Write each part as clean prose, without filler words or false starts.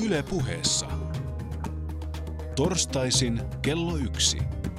Yle Puheessa. Torstaisin kello 1.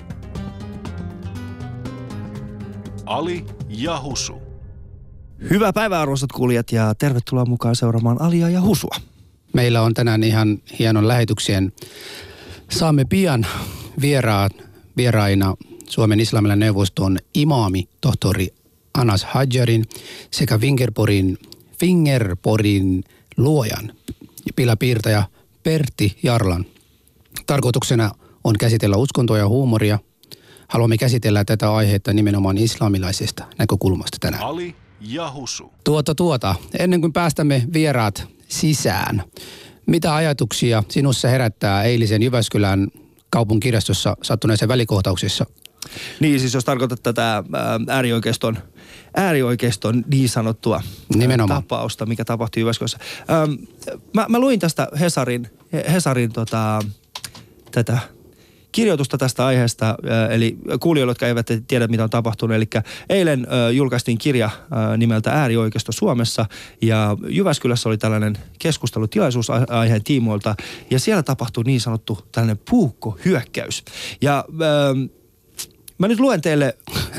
Ali ja Husu. Hyvää päivää arvoisat kuulijat ja tervetuloa mukaan seuraamaan Alia ja Husua. Meillä on tänään ihan hienon lähetyksien. Saamme pian vieraina Suomen islamilainen neuvoston imaami, tohtori Anas Hadjarin sekä Fingerporin luojan ja pilapiirtäjä Pertti Jarlan. Tarkoituksena on käsitellä uskontoa ja huumoria. Haluamme käsitellä tätä aihetta nimenomaan islamilaisesta näkökulmasta tänään. Ali ja Husu. Ennen kuin päästämme vieraat sisään, mitä ajatuksia sinussa herättää eilisen Jyväskylän kaupunkirjastossa sattuneeseen välikohtauksessa? Niin siis jos tarkoitat tätä äärioikeiston niin sanottua tapausta, mikä tapahtui Jyväskylässä. Mä luin tästä Hesarin tätä kirjoitusta tästä aiheesta, eli kuulijoille, jotka eivät tiedä, mitä on tapahtunut. Eli eilen julkaistiin kirja nimeltä Äärioikeisto Suomessa, ja Jyväskylässä oli tällainen keskustelutilaisuus aiheen tiimoilta, ja siellä tapahtui niin sanottu tällainen puukkohyökkäys. Ja mä nyt luen teille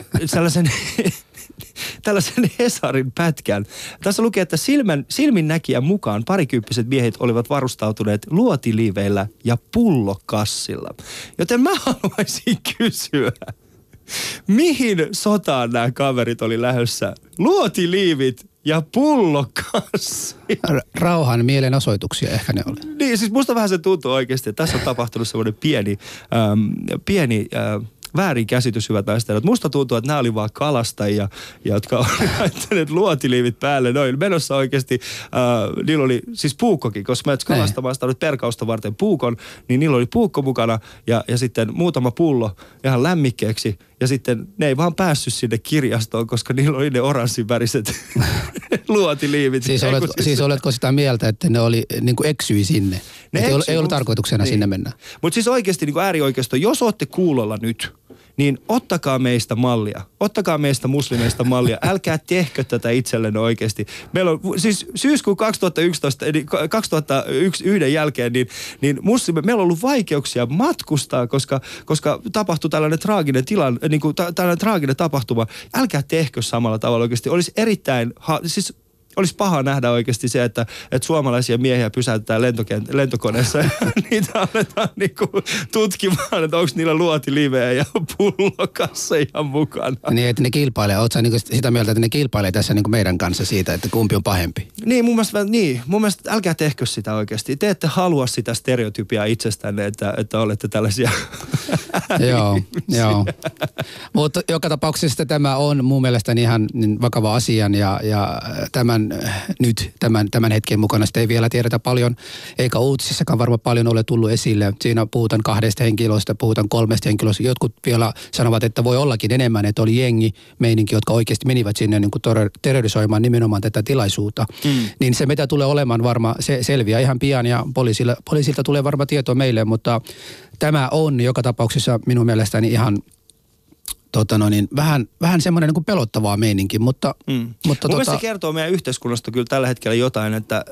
tällaisen Hesarin pätkän. Tässä lukee, että silminnäkijän mukaan parikymppiset miehet olivat varustautuneet luotiliiveillä ja pullokassilla. Joten mä haluaisin kysyä, mihin sotaan nämä kaverit oli lähdössä? Luotiliivit ja pullokassi. Rauhan mielenosoituksia ehkä ne oli. Niin, siis musta vähän se tuntuu oikeasti, että tässä on tapahtunut semmoinen pieni väärinkäsitys, hyvät naiset. Musta tuntuu, että nämä oli vaan kalastajia, jotka oli laittaneet luotiliivit päälle. Noin menossa oikeasti, niillä oli siis puukkokin, koska mä kalastamaan sitä perkausta varten puukon, niin niillä oli puukko mukana ja sitten muutama pullo ihan lämmikkeeksi. Ja sitten ne ei vaan päässyt sinne kirjastoon, koska niillä oli ne oranssinväriset luotiliivit. Siis oletko sitä mieltä, että ne oli niin kuin eksyi sinne? Ei ollut tarkoituksena niin sinne mennä. Mutta siis oikeasti niin kuin äärioikeisto, jos olette kuulolla nyt, niin ottakaa meistä mallia. Ottakaa meistä muslimeista mallia. Älkää tehkö tätä itsellenne oikeasti. Meillä on siis syyskuun 2011, eli 2001 jälkeen, niin meillä on ollut vaikeuksia matkustaa, koska tapahtui tällainen tällainen traaginen tapahtuma. Älkää tehkö samalla tavalla oikeasti. Olisi erittäin, olisi paha nähdä oikeasti se, että suomalaisia miehiä pysäytetään lentokoneessa ja niitä aletaan tutkimaan, että onko niillä luotiliivejä ja pullokasseja mukana. Niin, että ne kilpailee. Oletko sitä mieltä, että ne kilpailee tässä meidän kanssa siitä, että kumpi on pahempi? Niin, mun mielestä älkää tehkö sitä oikeasti. Te ette halua sitä stereotypiaa itsestänne, että olette tällaisia Joo. Mutta joka tapauksessa tämä on mun mielestäni ihan vakava asia ja tämän hetken mukana sitä ei vielä tiedetä paljon, eikä uutisissakaan varmaan paljon ole tullut esille. Siinä puhutaan 2 henkilöstä, puhutaan 3 henkilöstä. Jotkut vielä sanovat, että voi ollakin enemmän, että oli meininki, jotka oikeasti menivät sinne niin kuin terrorisoimaan nimenomaan tätä tilaisuutta. Niin se mitä tulee olemaan varmaan, se selviää ihan pian ja poliisilta tulee varmaan tietoa meille, mutta tämä on joka tapauksessa minun mielestäni ihan vähän semmoinen niin kuin pelottavaa meininki, mutta mun mielestä se kertoo meidän yhteiskunnasta kyllä tällä hetkellä jotain, että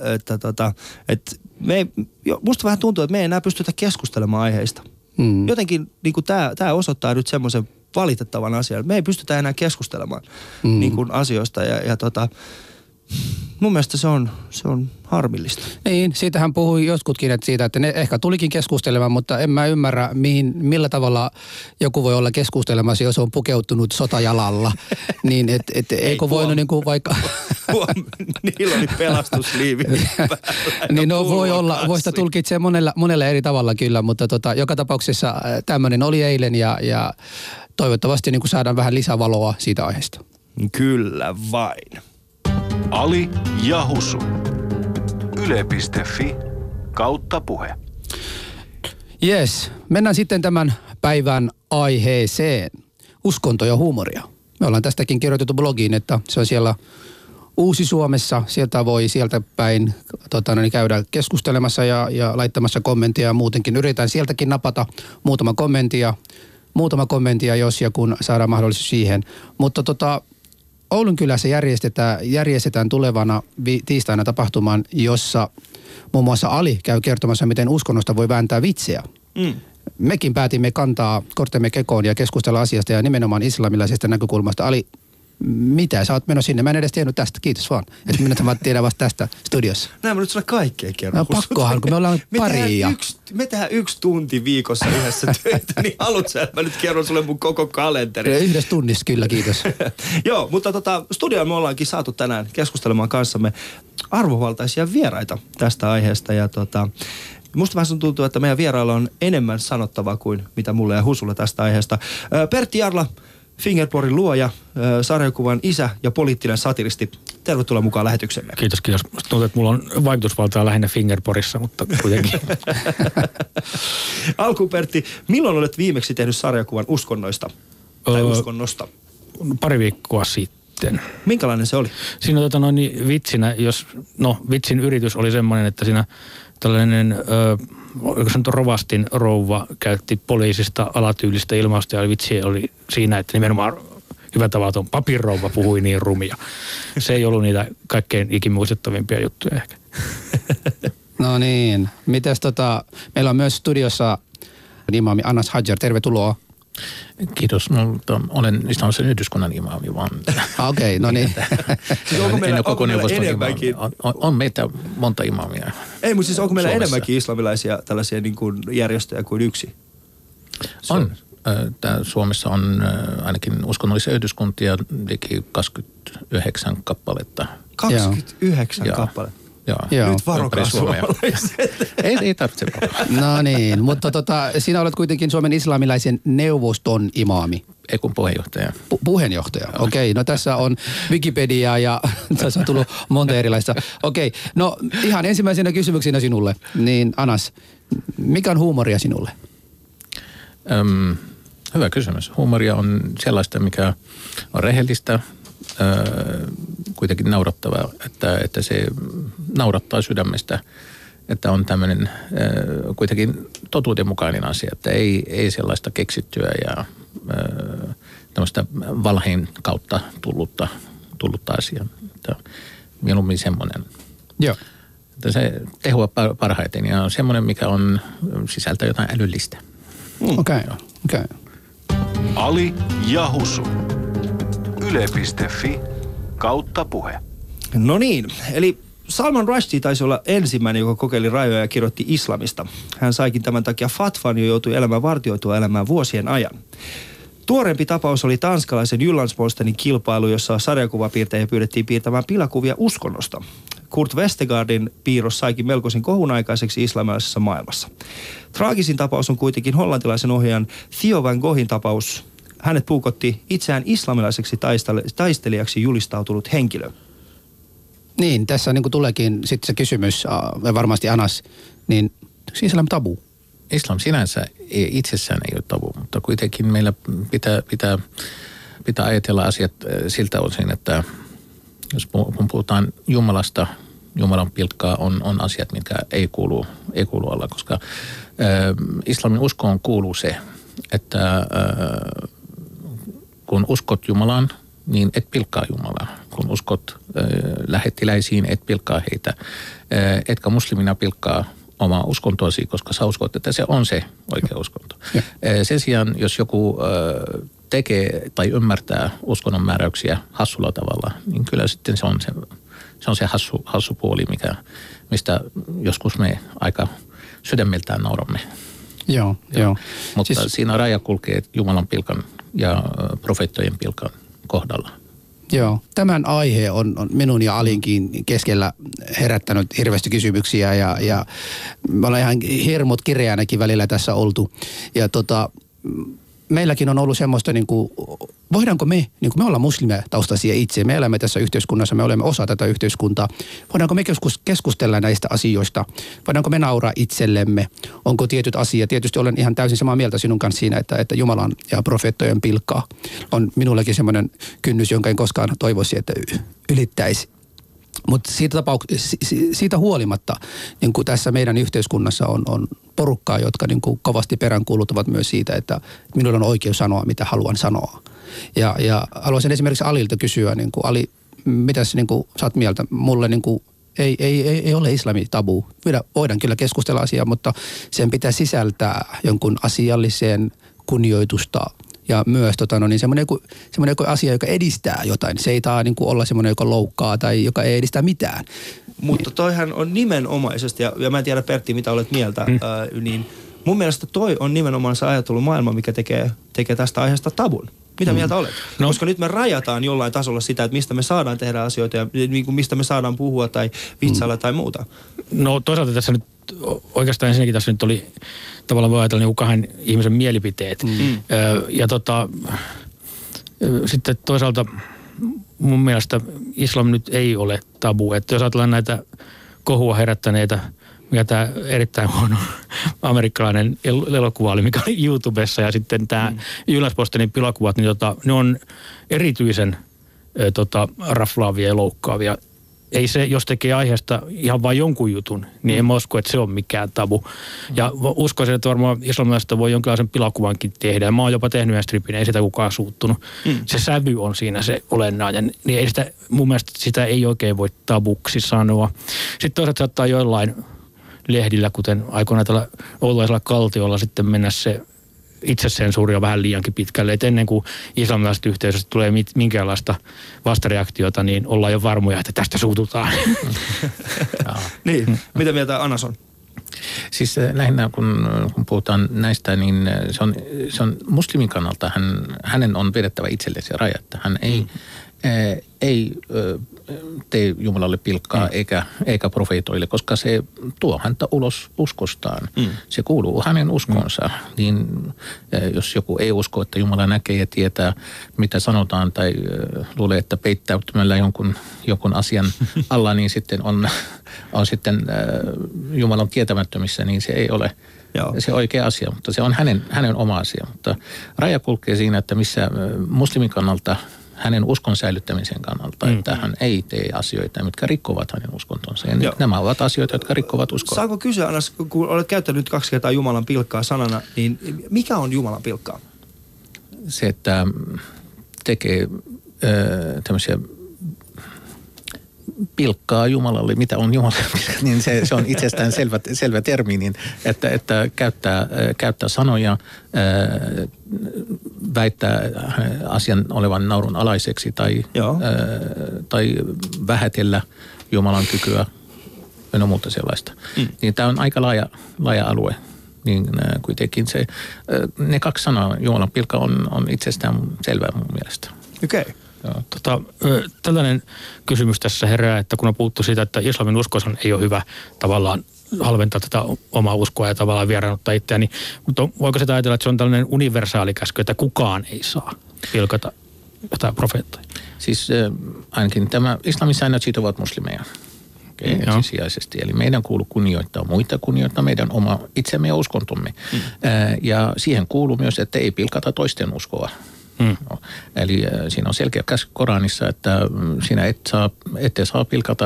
musta vähän tuntuu, että me ei enää pystytä keskustelemaan aiheista. Jotenkin niin kuin tämä osoittaa nyt semmoisen valitettavan asian. Me ei pystytä enää keskustelemaan niin kuin asioista ja mun mielestä se on harmillista. Niin, siitähän puhui jotkutkin, että ne ehkä tulikin keskustelemaan, mutta en mä ymmärrä, millä tavalla joku voi olla keskustelemassa, jos on pukeutunut sotajalalla. Niin, eikö voinut niin kuin vaikka niillä oli pelastusliivi. Niin voi sitä tulkitsee monella eri tavalla kyllä, mutta joka tapauksessa tämmöinen oli eilen ja toivottavasti niin kuin saadaan vähän lisävaloa siitä aiheesta. Kyllä vain. Ali ja Husu. Yle.fi/puhe. Jes, mennään sitten tämän päivän aiheeseen. Uskonto ja huumoria. Me ollaan tästäkin kirjoitettu blogiin, että se on siellä Uusi-Suomessa. Sieltä voi sieltä päin käydä keskustelemassa ja laittamassa kommenttia ja muutenkin. Yritän sieltäkin napata muutama kommenttia, jos ja kun saadaan mahdollisuus siihen. Mutta Oulun kylässä järjestetään tulevana tiistaina tapahtuman, jossa muun muassa Ali käy kertomassa, miten uskonnosta voi vääntää vitsejä. Mekin päätimme kantaa kortemme kekoon ja keskustella asiasta ja nimenomaan islamilaisesta näkökulmasta. Ali, mitä? Sä oot menossa sinne. Mä en edes tiennyt tästä. Kiitos vaan. Että minä vaan tiedän vasta tästä studiossa. Näin mä nyt sulle kaikkea kerron. No pakkohan, kun me ollaan paria. Me tehdään 1 tunti viikossa yhdessä töitä, niin haluat sä, että mä nyt kerron sulle mun koko kalenteri. 1 tunnissa kyllä, kiitos. Joo, mutta studioon me ollaankin saatu tänään keskustelemaan kanssamme arvovaltaisia vieraita tästä aiheesta. Ja musta vähän tuntuu, että meidän vierailla on enemmän sanottavaa kuin mitä mulle ja Husulle tästä aiheesta. Pertti Jarla, Fingerporin luoja, sarjakuvan isä ja poliittinen satiristi. Tervetuloa mukaan lähetyksemme. Kiitos. Tuntuu, että mulla on vaikutusvaltaa lähinnä Fingerporissa, mutta kuitenkin. Alkuun Pertti, milloin olet viimeksi tehnyt sarjakuvan uskonnoista tai uskonnosta? 2 viikkoa sitten. Minkälainen se oli? Siinä vitsinä, vitsin yritys oli semmoinen, että siinä tällainen, oliko se nyt rovastin rouva käytti poliisista alatyylistä ilmausta ja vitsi oli siinä, että nimenomaan hyvä tavaton papinrouva puhui niin rumia. Se ei ollut niitä kaikkein ikimuistettavimpia juttuja ehkä. No niin. Mites meillä on myös studiossa imaami Anas Hadjar. Tervetuloa. Kiitos. No, olen islamisen yhdyskunnan imaami vaan. Okei, no niin. Onko meillä enemmänkin? On meitä monta imaamia. Ei, mutta siis onko meillä enemmänkin islamilaisia tällaisia niin kuin järjestöjä kuin yksi? On. Suomessa on ainakin uskonnollisia yhdyskuntia liki 29 kappaletta. 29 kappaletta? Joo. Nyt varokaa suomalaiset. Ei tarvitse varokaa. No niin, mutta sinä olet kuitenkin Suomen islamilaisen neuvoston imaami. Ei kun puheenjohtaja. Puheenjohtaja, okei. No tässä on Wikipedia ja tässä on tullut monta erilaista. Okei, no ihan ensimmäisenä kysymyksenä sinulle. Niin Anas, mikä on huumoria sinulle? Hyvä kysymys. Huumoria on sellaista, mikä on rehellistä, kuitenkin naurattavaa, että se naurattaa sydämestä, että on tämmöinen kuitenkin totuudenmukainen asia, että ei sellaista keksittyä ja tämmöistä valheen kautta tullutta asiaa. Mieluummin semmoinen. Joo. Että se tehua parhaiten ja on semmoinen, mikä on sisältää jotain älyllistä. Okei. Ali ja Husu. Yle.fi/puhe. No niin, eli Salman Rushdie taisi olla ensimmäinen, joka kokeili rajoja ja kirjoitti islamista. Hän saikin tämän takia fatvan ja joutui elämään vartioitua elämään vuosien ajan. Tuoreempi tapaus oli tanskalaisen Jyllands-Postenin kilpailu, jossa sarjakuvapiirtejä pyydettiin piirtämään pilakuvia uskonnosta. Kurt Vestergaardin piirros saikin melkoisen kohun aikaiseksi islamilaisessa maailmassa. Traagisin tapaus on kuitenkin hollantilaisen ohjaajan Theo van Goghin tapaus. Hänet puukotti itseään islamilaiseksi taistelijaksi julistautunut henkilö. Niin, tässä niin kuin tuleekin sitten se kysymys, varmasti Anas, niin onko islam tabu? Islam sinänsä itsessään ei ole tabu, mutta kuitenkin meillä pitää ajatella asiat siltä osin, että jos puhutaan Jumalasta, Jumalan pilkkaa on asiat, mitkä ei kuulu alla, koska islamin uskoon kuuluu se, että kun uskot Jumalaan, niin et pilkkaa Jumalaa. Kun uskot lähettiläisiin, et pilkkaa heitä. Etkä muslimina pilkkaa omaa uskontoasi, koska sä uskot, että se on se oikea uskonto. Sen sijaan, jos joku tekee tai ymmärtää uskonnon määräyksiä hassulla tavalla, niin kyllä sitten se on se hassu puoli, mistä joskus me aika sydämeltään nauramme. Joo. Mutta siis siinä raja kulkee Jumalan pilkan ja profeettojen pilkan kohdalla. Joo. Tämän aihe on minun ja Alinkin keskellä herättänyt hirveästi kysymyksiä ja me ollaan ihan hirmut kireänäkin välillä tässä oltu. Ja meilläkin on ollut semmoista, niin kuin, voidaanko me, niin kuin me ollaan muslimitaustaisia itse, me elämme tässä yhteiskunnassa, me olemme osa tätä yhteiskuntaa, voidaanko me keskustella näistä asioista, voidaanko me nauraa itsellemme, onko tietyt asiat, tietysti olen ihan täysin samaa mieltä sinun kanssa siinä, että Jumalan ja profeettojen pilkkaa on minullakin semmoinen kynnys, jonka en koskaan toivoisi, että ylittäisi. Mutta siitä huolimatta niin kuin tässä meidän yhteiskunnassa on porukkaa, jotka niin kuin kovasti peräänkuuluttavat myös siitä, että minulla on oikeus sanoa, mitä haluan sanoa. Ja haluaisin esimerkiksi Alilta kysyä, niin kuin, Ali, mitäs niin kuin, sä oot mieltä? Mulle niin kuin, ei ole islami tabu. Voidaan kyllä keskustella asiaa, mutta sen pitää sisältää jonkun asialliseen kunnioitusta ja myös semmoinen joku asia, joka edistää jotain. Se ei niin kuin olla semmoinen, joka loukkaa tai joka ei edistä mitään. Mutta toihan on nimenomaisesti, ja mä en tiedä Pertti, mitä olet mieltä, niin mun mielestä toi on nimenomaan se ajattelumaailma, mikä tekee tästä aiheesta tabun. Mitä mieltä olet? No. Koska nyt me rajataan jollain tasolla sitä, että mistä me saadaan tehdä asioita ja niin kuin mistä me saadaan puhua tai vitsailla tai muuta. No toisaalta tässä nyt, oikeastaan ensinnäkin tässä nyt oli tavallaan voi ajatella niin kahden ihmisen mielipiteet. Ja sitten toisaalta mun mielestä islam nyt ei ole tabu. Että jos ajatellaan näitä kohua herättäneitä, mikä tämä erittäin huono amerikkalainen elokuva oli, mikä oli YouTubessa, ja sitten tämä Ylläspostenin pilakuvat, niin ne on erityisen raflaavia ja loukkaavia. Ei se, jos tekee aiheesta ihan vain jonkun jutun, niin en mä usko, että se on mikään tabu. Ja uskoisin, että varmaan islamilaisesta voi jonkinlaisen pilakuvankin tehdä. Mä oon jopa tehnyt yhden stripin, ei sitä kukaan suuttunut. Se sävy on siinä se olennainen. Niin ei sitä, mun mielestä sitä ei oikein voi tabuksi sanoa. Sitten toisaalta saattaa joillain lehdillä, kuten aikoinaan tällä oululaisella Kaltiolla sitten mennä se itsesensuuri on vähän liiankin pitkälle. Et ennen kuin islamilaiset yhteisöstä tulee minkäänlaista vastareaktiota, niin ollaan jo varmoja, että tästä suututaan. Niin, mitä mieltä Anas on? Siis lähinnä kun puhutaan näistä, niin se on muslimin kannalta, hänen on vedettävä itselleen se raja, että hän ei tee Jumalalle pilkkaa eikä profeetoille, koska se tuo häntä ulos uskostaan. Se kuuluu hänen uskonsa. Niin jos joku ei usko, että Jumala näkee ja tietää, mitä sanotaan, tai luulee, että peittäytymällä jonkun asian alla, niin sitten on sitten Jumalan tietämättömissä, niin se ei ole se oikea asia, mutta se on hänen oma asia. Mutta raja kulkee siinä, että missä muslimin kannalta hänen uskon säilyttämisen kannalta, että hän ei tee asioita, mitkä rikkovat hänen uskontonsa. Ja nämä ovat asioita, jotka rikkovat uskoa. Saanko kysyä, Anas, kun olet käyttänyt 2 kertaa Jumalan pilkkaa sanana, niin mikä on Jumalan pilkkaa? Se, että tekee tämmöisiä pilkkaa Jumalalle, mitä on Jumala, niin se on itsestään selvä termi, niin että käyttää sanoja, väittää asian olevan naurun alaiseksi tai vähätellä Jumalan kykyä ja muuta sellaista. Niin tämä on aika laaja alue. Niin kuitenkin ne 2 sanaa, Jumalan pilkka on itsestään selvää mun mielestä. Okei. Tällainen kysymys tässä herää, että kun on puhuttu siitä, että islamin uskossa ei ole hyvä tavallaan halventaa tätä omaa uskoa ja tavallaan vieraannuttaa itseään, mutta voiko sitä ajatella, että se on tällainen universaali käsky, että kukaan ei saa pilkata jotain profeettaa? Siis ainakin tämä islamin säännöt sitovat muslimeja. Ensisijaisesti. Eli meidän kuuluu kunnioittaa muita, kunnioittaa meidän oma itsemme ja uskontomme. Ja siihen kuuluu myös, että ei pilkata toisten uskoa. No, eli siinä on selkeä käsky Koranissa, että sinä ette saa pilkata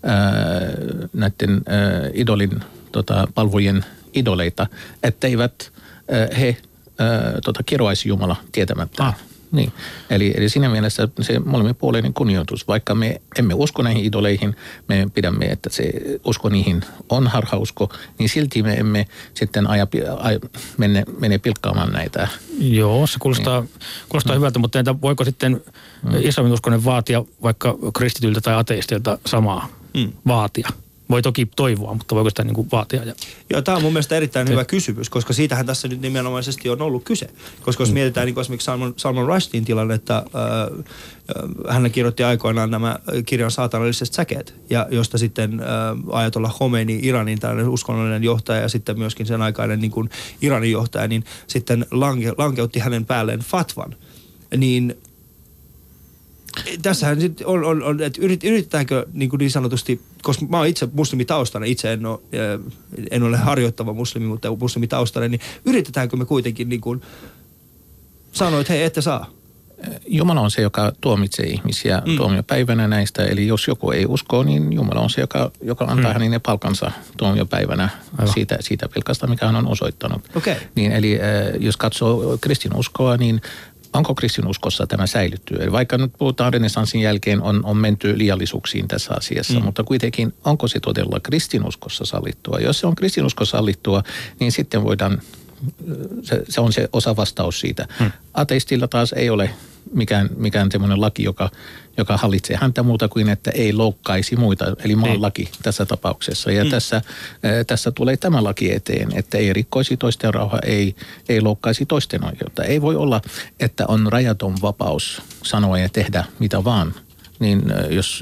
näiden idolin palvojen idoleita, etteivät he kiroaisi Jumala tietämättä. Niin. Eli siinä mielessä se molemminpuolinen kunnioitus, vaikka me emme usko näihin idoleihin, me pidämme, että se usko niihin on harhausko, niin silti me emme sitten mene pilkkaamaan näitä. Joo, se kuulostaa hyvältä, mutta entä voiko sitten islamin uskonen vaatia vaikka kristityltä tai ateistilta samaa vaatia? Voi toki toivoa, mutta voiko sitä niin kuin vaatia? Joo, tämä on mun mielestä erittäin hyvä kysymys, koska siitähän tässä nyt nimenomaisesti on ollut kyse. Koska jos mietitään niin esimerkiksi Salman Rushdiin tilannetta, hän kirjoitti aikoinaan nämä kirjan saatanalliset säkeet, ja josta sitten Ajatollah Khomeini, Iranin tällainen uskonnollinen johtaja ja sitten myöskin sen aikainen niin kuin Iranin johtaja, niin sitten lankeutti hänen päälleen fatvan. Niin tässähän sitten on että yritetäänkö niin sanotusti, koska mä oon itse muslimitaustainen, itse en ole harjoittava muslimi, mutta muslimitaustainen, niin yritetäänkö me kuitenkin niin kuin sanoa, että hei, ette saa? Jumala on se, joka tuomitsee ihmisiä tuomiopäivänä näistä. Eli jos joku ei usko, niin Jumala on se, joka antaa hänelle palkansa tuomiopäivänä siitä pilkasta, mikä hän on osoittanut. Okay. Niin, eli jos katsoo kristinuskoa, niin onko kristinuskossa tämä säilytty? Eli vaikka nyt puhutaan renessanssin jälkeen, on menty liiallisuuksiin tässä asiassa, mutta kuitenkin onko se todella kristinuskossa sallittua? Jos se on kristinuskossa sallittua, niin sitten voidaan, se on se osa vastaus siitä. Ateistilla taas ei ole mikään semmoinen laki, joka hallitsee häntä muuta kuin, että ei loukkaisi muita, eli maan laki tässä tapauksessa. Ja tässä tulee tämä laki eteen, että ei rikkoisi toisten rauhaa, ei loukkaisi toisten oikeutta. Ei voi olla, että on rajaton vapaus sanoa ja tehdä mitä vaan. Niin jos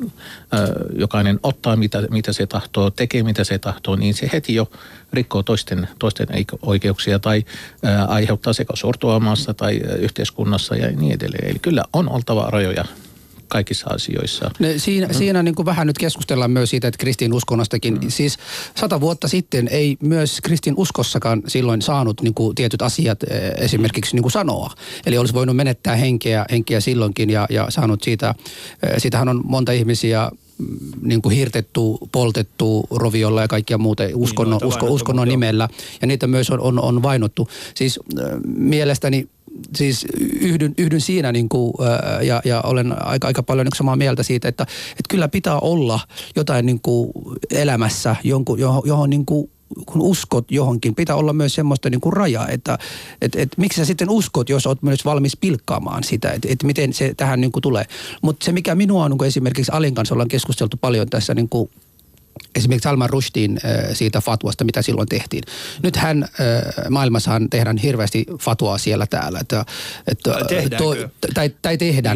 jokainen ottaa mitä se tahtoo, tekee mitä se tahtoo, niin se heti jo rikkoo toisten oikeuksia tai aiheuttaa sekä sortoa maassa tai yhteiskunnassa ja niin edelleen. Eli kyllä on oltava rajoja kaikissa asioissa. Siinä niin kuin vähän nyt keskustellaan myös siitä, että kristiinuskonnostakin, siis 100 vuotta sitten ei myös kristiinuskossakaan silloin saanut niin kuin tietyt asiat esimerkiksi niin kuin sanoa. Eli olisi voinut menettää henkeä silloinkin ja saanut siitähän on monta ihmisiä niin kuin hirtettu, poltettu roviolla ja kaikkia muuta uskonnon nimellä. Ja niitä myös on vainottu. Siis mielestäni siis yhdyn siinä niin kuin, ja olen aika paljon niin samaa mieltä siitä, että kyllä pitää olla jotain niin kuin elämässä, johon niin kuin, kun uskot johonkin, pitää olla myös semmoista niin kuin rajaa, että miksi sä sitten uskot, jos oot myös valmis pilkkaamaan sitä, että miten se tähän niin kuin tulee. Mutta se, mikä minua on niin kuin esimerkiksi Alin kanssa ollaan keskusteltu paljon tässä niin kuin esimerkiksi Salman Rushdiin siitä fatwasta, mitä silloin tehtiin. Nythän maailmassahan tehdään hirveästi fatwaa siellä täällä. Tehdäänkö? Tai tehdään.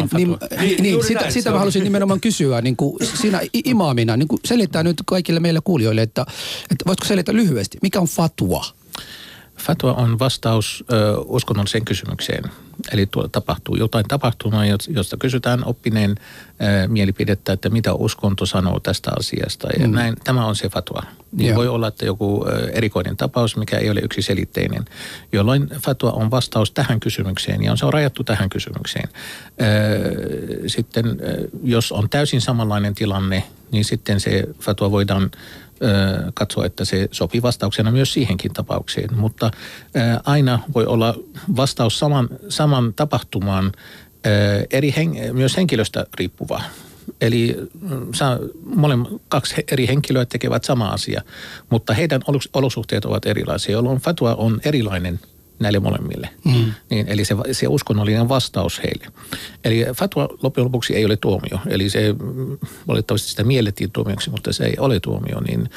Sitä mä halusin nimenomaan kysyä, niin kuin siinä imaamina, niin kuin selittää nyt kaikille meille kuulijoille, että voitko selittää lyhyesti, mikä on fatwa? Fatwa on vastaus uskonnolliseen kysymykseen. Eli tapahtuu jotain tapahtumaa, josta kysytään oppineen mielipidettä, että mitä uskonto sanoo tästä asiasta. Ja näin, tämä on se fatwa. Niin voi olla, että joku erikoinen tapaus, mikä ei ole yksiselitteinen, jolloin fatwa on vastaus tähän kysymykseen ja se on rajattu tähän kysymykseen. Sitten jos on täysin samanlainen tilanne, niin sitten se fatwa voidaan katsoa, että se sopii vastauksena myös siihenkin tapaukseen. Mutta aina voi olla vastaus saman tapahtumaan myös henkilöstä riippuva. Eli kaksi eri henkilöä tekevät sama asia, mutta heidän olosuhteet ovat erilaisia, jolloin fatwa on erilainen näille molemmille. Niin, eli se uskonnollinen vastaus heille. Eli fatwa loppujen lopuksi ei ole tuomio. Eli se valitettavasti sitä miellettiin tuomioksi, mutta se ei ole tuomio. Niin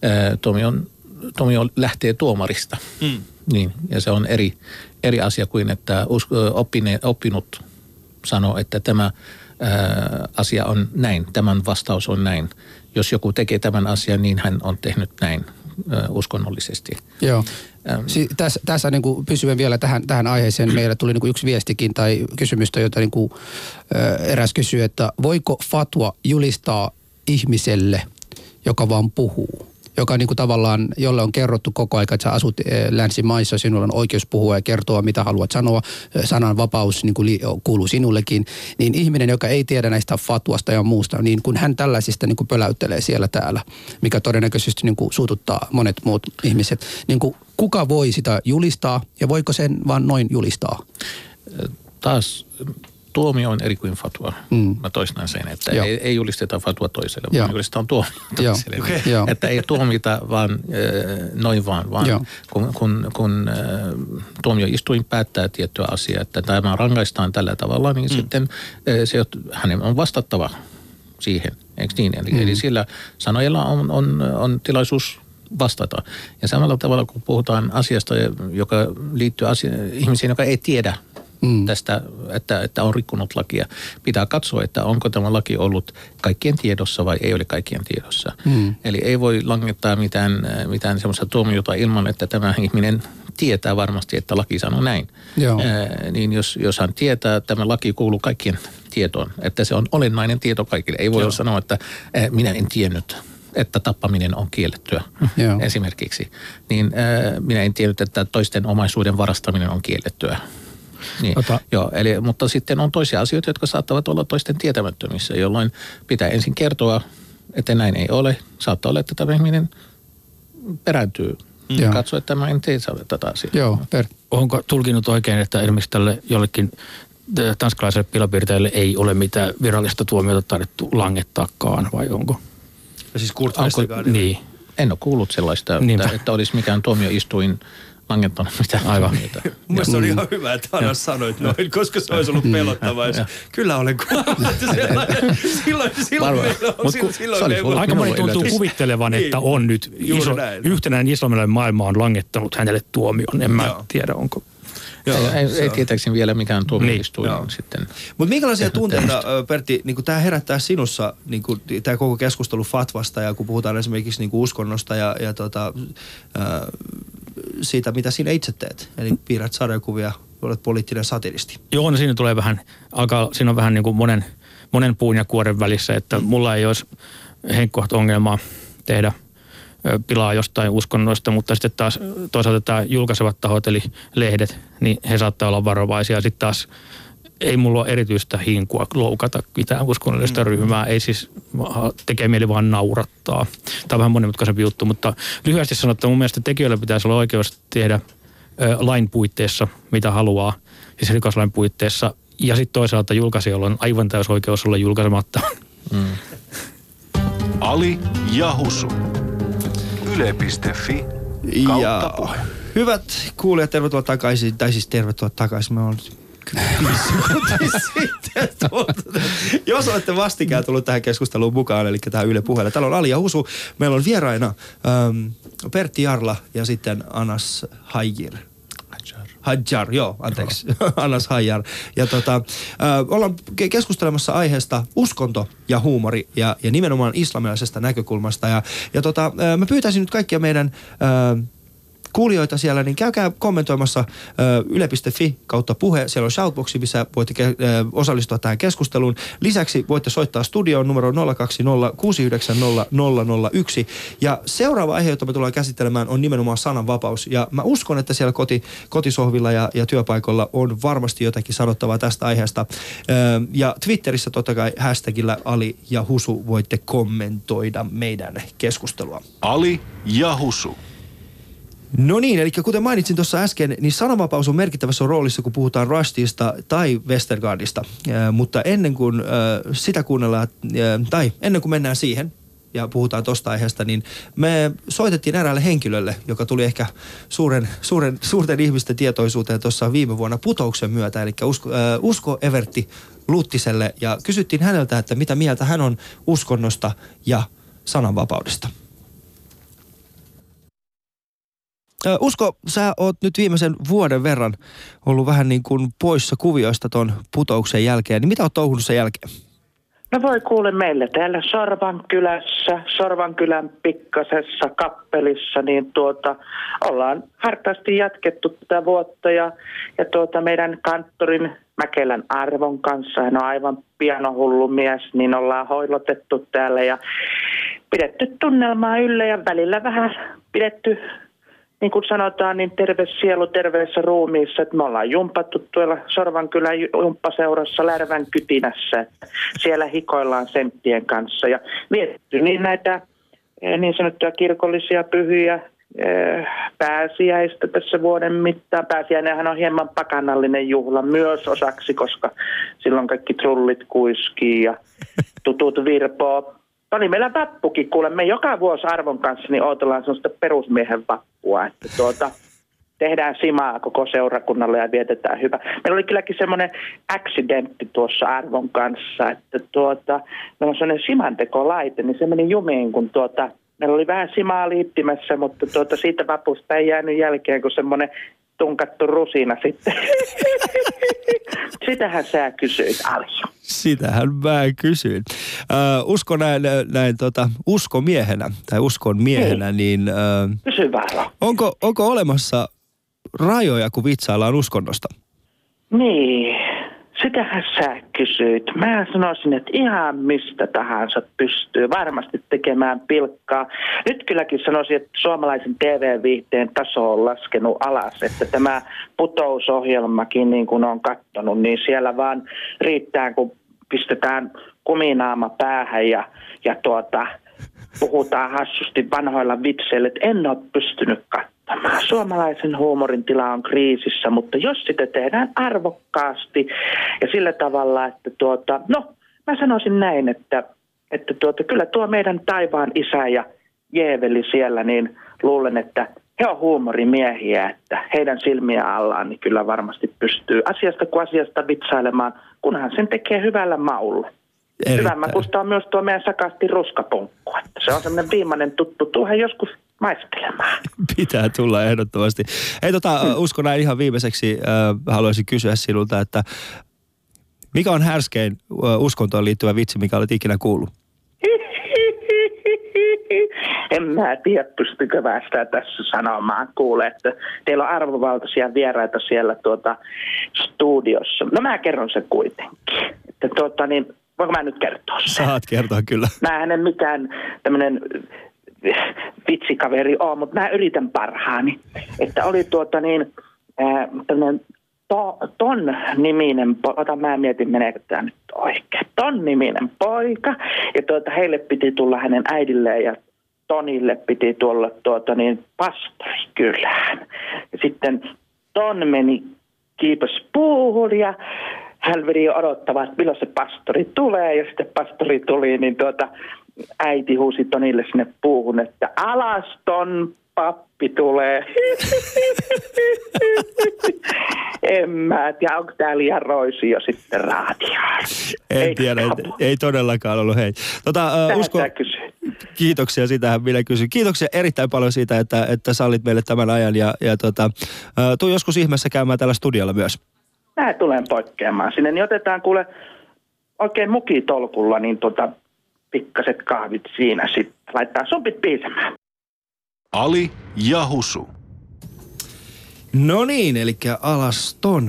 tuomio lähtee tuomarista. Niin, ja se on eri asia kuin, että oppinut sanoo, että tämä asia on näin, tämän vastaus on näin. Jos joku tekee tämän asian, niin hän on tehnyt näin uskonnollisesti. Joo. Tässä niin kuin pysyen vielä tähän aiheeseen. Meillä tuli niin kuin yksi viestikin tai kysymystä, jota niin kuin, eräs kysyy, että voiko fatwa julistaa ihmiselle, joka vaan puhuu? Joka niin kuin tavallaan, jolle on kerrottu koko ajan, että sä asut länsimaissa, sinulla on oikeus puhua ja kertoa, mitä haluat sanoa. Sananvapaus niin kuin kuuluu sinullekin. Niin ihminen, joka ei tiedä näistä fatwasta ja muusta, niin kun hän tällaisista niin kuin pöläyttelee siellä täällä, mikä todennäköisesti niin kuin suututtaa monet muut ihmiset, niin kuin kuka voi sitä julistaa ja voiko sen vaan noin julistaa? Taas tuomio on eri kuin fatwa. Mä toistan sen, että ei julisteta fatwa toiselle, vaan julistetaan tuomio toiselle. Okay. Että ei tuomita vaan noin vaan kun tuomioistuin päättää tiettyä asiaa, että tämä rangaistaan tällä tavalla, niin sitten hänen on vastattava siihen. Eikö niin? Eli sillä sanojalla on tilaisuus vastata. Ja samalla tavalla, kun puhutaan asiasta, joka liittyy ihmisiin, joka ei tiedä tästä, että on rikkonut lakia. Pitää katsoa, että onko tämä laki ollut kaikkien tiedossa vai ei ole kaikkien tiedossa. Eli ei voi langettaa mitään semmoista tuomiota ilman, että tämä ihminen tietää varmasti, että laki sanoo näin. Niin jos hän tietää, että tämä laki kuuluu kaikkien tietoon, että se on olennainen tieto kaikille. Ei voi sanoa, että minä en tiennyt, että tappaminen on kiellettyä esimerkiksi. Niin minä en tiennyt, että toisten omaisuuden varastaminen on kiellettyä. Niin, joo, mutta sitten on toisia asioita, jotka saattavat olla toisten tietämättömissä, jolloin pitää ensin kertoa, että näin ei ole. Saattaa olla, että tämä ihminen perääntyy. Katso, että mä en tee tätä asiaa. Joo, Onko tulkinut oikein, että esimerkiksi tälle jollekin tanskalaiselle pilapiirtäjälle ei ole mitään virallista tuomiota tarvittu langettaakaan, vai onko? Ja siis Kurt Westergaardille. Niin. En ole kuullut sellaista, että olisi mikään tuomioistuin langettanut mitään. Aivan. Mun mielestä se oli ihan hyvä, että Anna sanoit noin, koska se olisi ollut pelottavaa. Kyllä olen kuullut, että silloin meillä on. Aika moni tuntuu kuvittelevan, että on nyt yhtenäinen islamilainen maailma on langettanut hänelle tuomion. En mä tiedä, onko. Ei tietääkseni vielä mikään tuomioistuin sitten. Mutta minkälaisia tunteita, Pertti, niin tämä herättää sinussa, niin tämä koko keskustelu fatvasta ja kun puhutaan esimerkiksi niin uskonnosta ja siitä, mitä sinä itse teet. Eli piirrät sarjakuvia, olet poliittinen satiristi. Joo, no siinä tulee siinä on vähän niin kuin monen puun ja kuoren välissä, että mulla ei olisi henkkoht ongelmaa tehdä pilaa jostain uskonnoista, mutta sitten taas toisaalta tämä julkaisevat tahot, eli lehdet, niin he saattaa olla varovaisia. Sitten taas ei mulla ole erityistä hinkua loukata mitään uskonnollista ryhmää, ei siis tekee mieli vaan naurattaa. Tämä on vähän monimutkaisempi juttu, mutta lyhyesti sanottuna mun mielestä tekijöillä pitäisi olla oikeus tehdä lain puitteissa, mitä haluaa, siis rikoslain puitteissa, ja sitten toisaalta julkaisijoilla on aivan täys oikeus olla julkaisematta. Ali ja Husu. Yle.fi ja hyvät kuulijat, tervetuloa takaisin. Tai siis tervetuloa takaisin. Me on sitten. Jos olette vastikään tullut tähän keskusteluun mukaan, eli tähän Yle Puheelle. Täällä on Ali ja Husu. Meillä on vieraina Pertti Jarla ja sitten Anas Hadjar, joo, anteeksi. Anas Hadjar. Ja ollaan keskustelemassa aiheesta uskonto ja huumori ja nimenomaan islamilaisesta näkökulmasta. Ja mä pyytäisin nyt kaikkia meidän kuulijoita siellä, niin käykää kommentoimassa yle.fi/puhe. Siellä on shoutboxi, missä voitte osallistua tähän keskusteluun. Lisäksi voitte soittaa studioon numero 020 690 001. Ja seuraava aihe, jota me tullaan käsittelemään, on nimenomaan sananvapaus. Ja mä uskon, että siellä kotisohvilla ja työpaikoilla on varmasti jotakin sanottavaa tästä aiheesta. Ja Twitterissä totta kai hashtagillä Ali ja Husu voitte kommentoida meidän keskustelua. Ali ja Husu. No niin, eli kuten mainitsin tuossa äsken, niin sananvapaus on merkittävässä roolissa, kun puhutaan Rushdista tai Westergaardista. Mutta ennen kuin sitä kuunnellaan, tai ennen kuin mennään siihen ja puhutaan tuosta aiheesta, niin me soitettiin eräälle henkilölle, joka tuli ehkä suurten ihmisten tietoisuuteen tuossa viime vuonna putouksen myötä, eli Usko Evertti Luttiselle, ja kysyttiin häneltä, että mitä mieltä hän on uskonnosta ja sananvapaudesta. Usko, sä oot nyt viimeisen vuoden verran ollut vähän niin kuin poissa kuvioista ton putouksen jälkeen. Niin mitä oot touhunut sen jälkeen? No voi kuule meille täällä Sorvankylän pikkasessa kappelissa, niin ollaan hartaasti jatkettu tätä vuotta ja meidän kanttorin Mäkelän Arvon kanssa, hän on aivan pianohullu mies, niin ollaan hoilotettu täällä ja pidetty tunnelmaa yllä ja välillä vähän pidetty, niin kuin sanotaan, niin terve sielu terveessä ruumiissa, että me ollaan jumpattu tuolla Sorvankylän jumppaseurassa Lärvän Kytinässä, että siellä hikoillaan senttien kanssa ja vietetty niin näitä niin sanottuja kirkollisia pyhiä pääsiäistä tässä vuoden mittaan. Pääsiäinenhän on hieman pakanallinen juhla myös osaksi, koska silloin kaikki trullit kuiskii ja tutut virpoo. Oli meillä vappukin, kuulemme joka vuosi Arvon kanssa, niin odotellaan sellaista perusmiehen vappua, että tehdään simaa koko seurakunnalle ja vietetään hyvä. Meillä oli kylläkin semmoinen accidentti tuossa Arvon kanssa, että meillä on semmoinen simantekolaite, niin se meni jumiin, kun meillä oli vähän simaa liittimessä, mutta siitä vapusta ei jäänyt jälkeen, kun semmoinen tunkattu rusina sitten. Sitähän sä kysyit, Ali. Sitähän mä kysyin. Usko näin uskomiehenä tai uskon miehenä, niin kysy vaan. Onko olemassa rajoja, kun vitsaillaan uskonnosta? Niin, Sitähän sä kysyit. Mä sanoisin, että ihan mistä tahansa pystyy varmasti tekemään pilkkaa. Nyt kylläkin sanoisin, että suomalaisen TV-viihteen taso on laskenut alas. Että tämä putousohjelmakin, niin kuin on katsonut, niin siellä vaan riittää, kun pistetään kuminaama päähän ja puhutaan hassusti vanhoilla vitseillä, että en ole pystynyt katsomaan. Suomalaisen huumorin tila on kriisissä, mutta jos sitä tehdään arvokkaasti ja sillä tavalla, että mä sanoisin näin, että kyllä tuo meidän taivaan isä ja Jeeveli siellä, niin luulen, että he on huumorimiehiä, että heidän silmiä allaan, niin kyllä varmasti pystyy asiasta kuin asiasta vitsailemaan, kunhan sen tekee hyvällä maulla. Hyvän makusta on myös tuo meidän sakasti ruskapunkku. Se on semmoinen viimeinen tuttu. Tuohan joskus maistelemaan. Pitää tulla ehdottomasti. Hei Usko, näin ihan viimeiseksi haluaisin kysyä sinulta, että mikä on härskein uskontoon liittyvä vitsi, mikä olet ikinä kuullut? En mä tiedä, pystykö mä sitä tässä sanomaan. Kuule, että teillä on arvovaltaisia vieraita siellä studiossa. No mä kerron sen kuitenkin. Että voinko mä nyt kertoa sen? Saat kertoa kyllä. Mä en mikään tämmönen vitsikaveri ole, mutta mä yritän parhaani. Että oli tämmönen Ton-niminen poika, mä mietin, meneekö tämä nyt oikein. Ton-niminen poika, ja heille piti tulla hänen äidilleen ja Tonille piti tulla pastorikylään. Ja sitten Ton meni kiipes puuhun ja hän vedi odottamaan, että milloin se pastori tulee. Ja sitten pastori tuli, niin äiti huusi Tonille sinne puuhun, että alas Ton, pappi tulee. En mä tiedä, onko tää liian roisi jo sitten raadioon. En tiedä, ei todellakaan ollut. Hei. Usko, kiitoksia, sitähän minä kysyn. Kiitoksia erittäin paljon siitä, että sallit meille tämän ajan ja tuu joskus ihmeessä käymään täällä studiolla myös. Mä tulen poikkeamaan sinne, niin otetaan kuule oikein mukitolkulla, niin pikkaset kahvit siinä sitten. Laittaa sumpit piisemään. Ali ja Husu. No niin, eli alas Ton.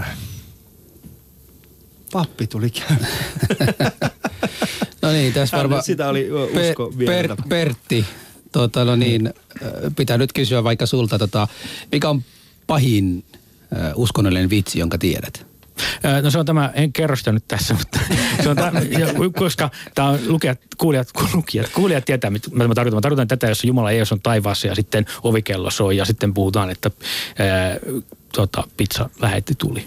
Pappi tuli käymään. No niin, tässä varmaan sitä oli Usko vielä. Pertti, pitää nyt kysyä vaikka sulta, mikä on pahin uskonnollinen vitsi, jonka tiedät? No se on tämä, en kerro sitä nyt tässä, mutta se on tämä, koska tämä on kuulijat tietää, mitä mä tarkoitan. Mä tarkoitan tätä, jos Jumala Jeesus on taivaassa ja sitten ovikello soi ja sitten puhutaan, että pizza lähetti tuli.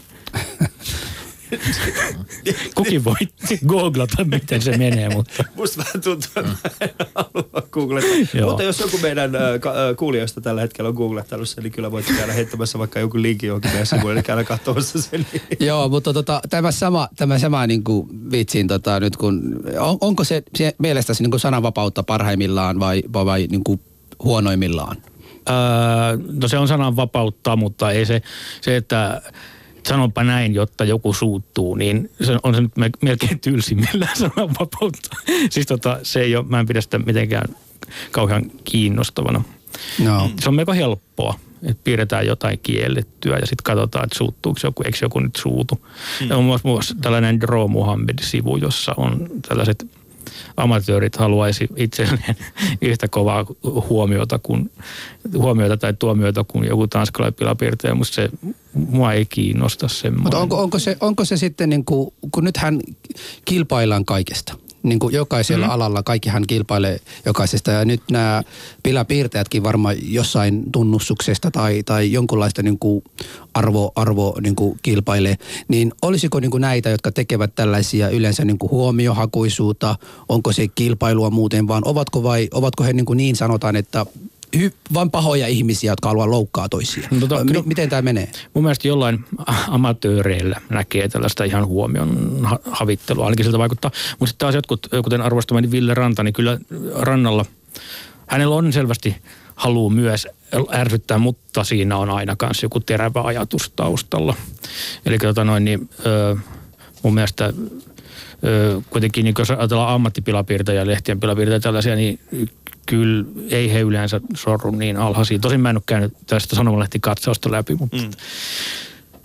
Kukin voi googlata, miten se menee, mutta... Musta vähän tuntuu, että mä en halua googlata. Mutta jos joku meidän kuulijoista tällä hetkellä on googlettanut sen, niin kyllä voit käydä heittämässä vaikka joku linkin johonkin meidän sivuille, niin käydä katsomassa sen. Joo, mutta tämä sama niin kuin vitsin nyt kun... Onko se mielestäsi niin kuin sananvapautta parhaimmillaan vai niin kuin huonoimmillaan? No se on sananvapautta, mutta ei se että... Sanonpa näin, jotta joku suuttuu, niin se on se nyt melkein tylsimmillään sananvapautta. Siis se ei ole, mä en pidä sitä mitenkään kauhean kiinnostavana. No. Se on melko helppoa, että piirretään jotain kiellettyä ja sitten katsotaan, että suuttuuko joku, eikö joku nyt suutu. Ja on myös tällainen Draw Muhammad-sivu, jossa on tällaiset amatöörit haluaisi itselleen yhtä kovaa huomiota tai tuomiota kuin joku tanskalainen pilapiirtäjä, mutta se mua ei kiinnosta semmoinen. Mutta onko se sitten, niin kuin, kun nythän kilpaillaan kaikesta, niin kuin jokaisella alalla kaikkihan kilpailee jokaisesta ja nyt nämä pilapiirtäjätkin varmaan jossain tunnussuksesta tai jonkunlaista niin kuin arvo niin kuin kilpailee, niin olisiko niin kuin näitä, jotka tekevät tällaisia yleensä niin kuin huomiohakuisuutta, onko se kilpailua muuten vaan, ovatko he niin sanotaan, että vain pahoja ihmisiä, jotka haluaa loukkaa toisia. Miten tämä menee? Mun mielestä jollain amatööreillä näkee tällaista ihan huomion havittelua, ainakin siltä vaikuttaa. Mutta sitten taas jotkut, kuten arvostamani Ville Ranta, niin kyllä Rannalla, hänellä on selvästi haluu myös ärsyttää, mutta siinä on aina kanssa joku terävä ajatus taustalla. Eli mun mielestä kuitenkin, niin jos ajatellaan ammattipilapiirtäjä ja lehtien pilapiirtäjä tällaisia, niin kyllä ei he yleensä sorru niin alhaisiin. Tosin mä en ole käynyt tästä sanomalehti-katsausta läpi, mutta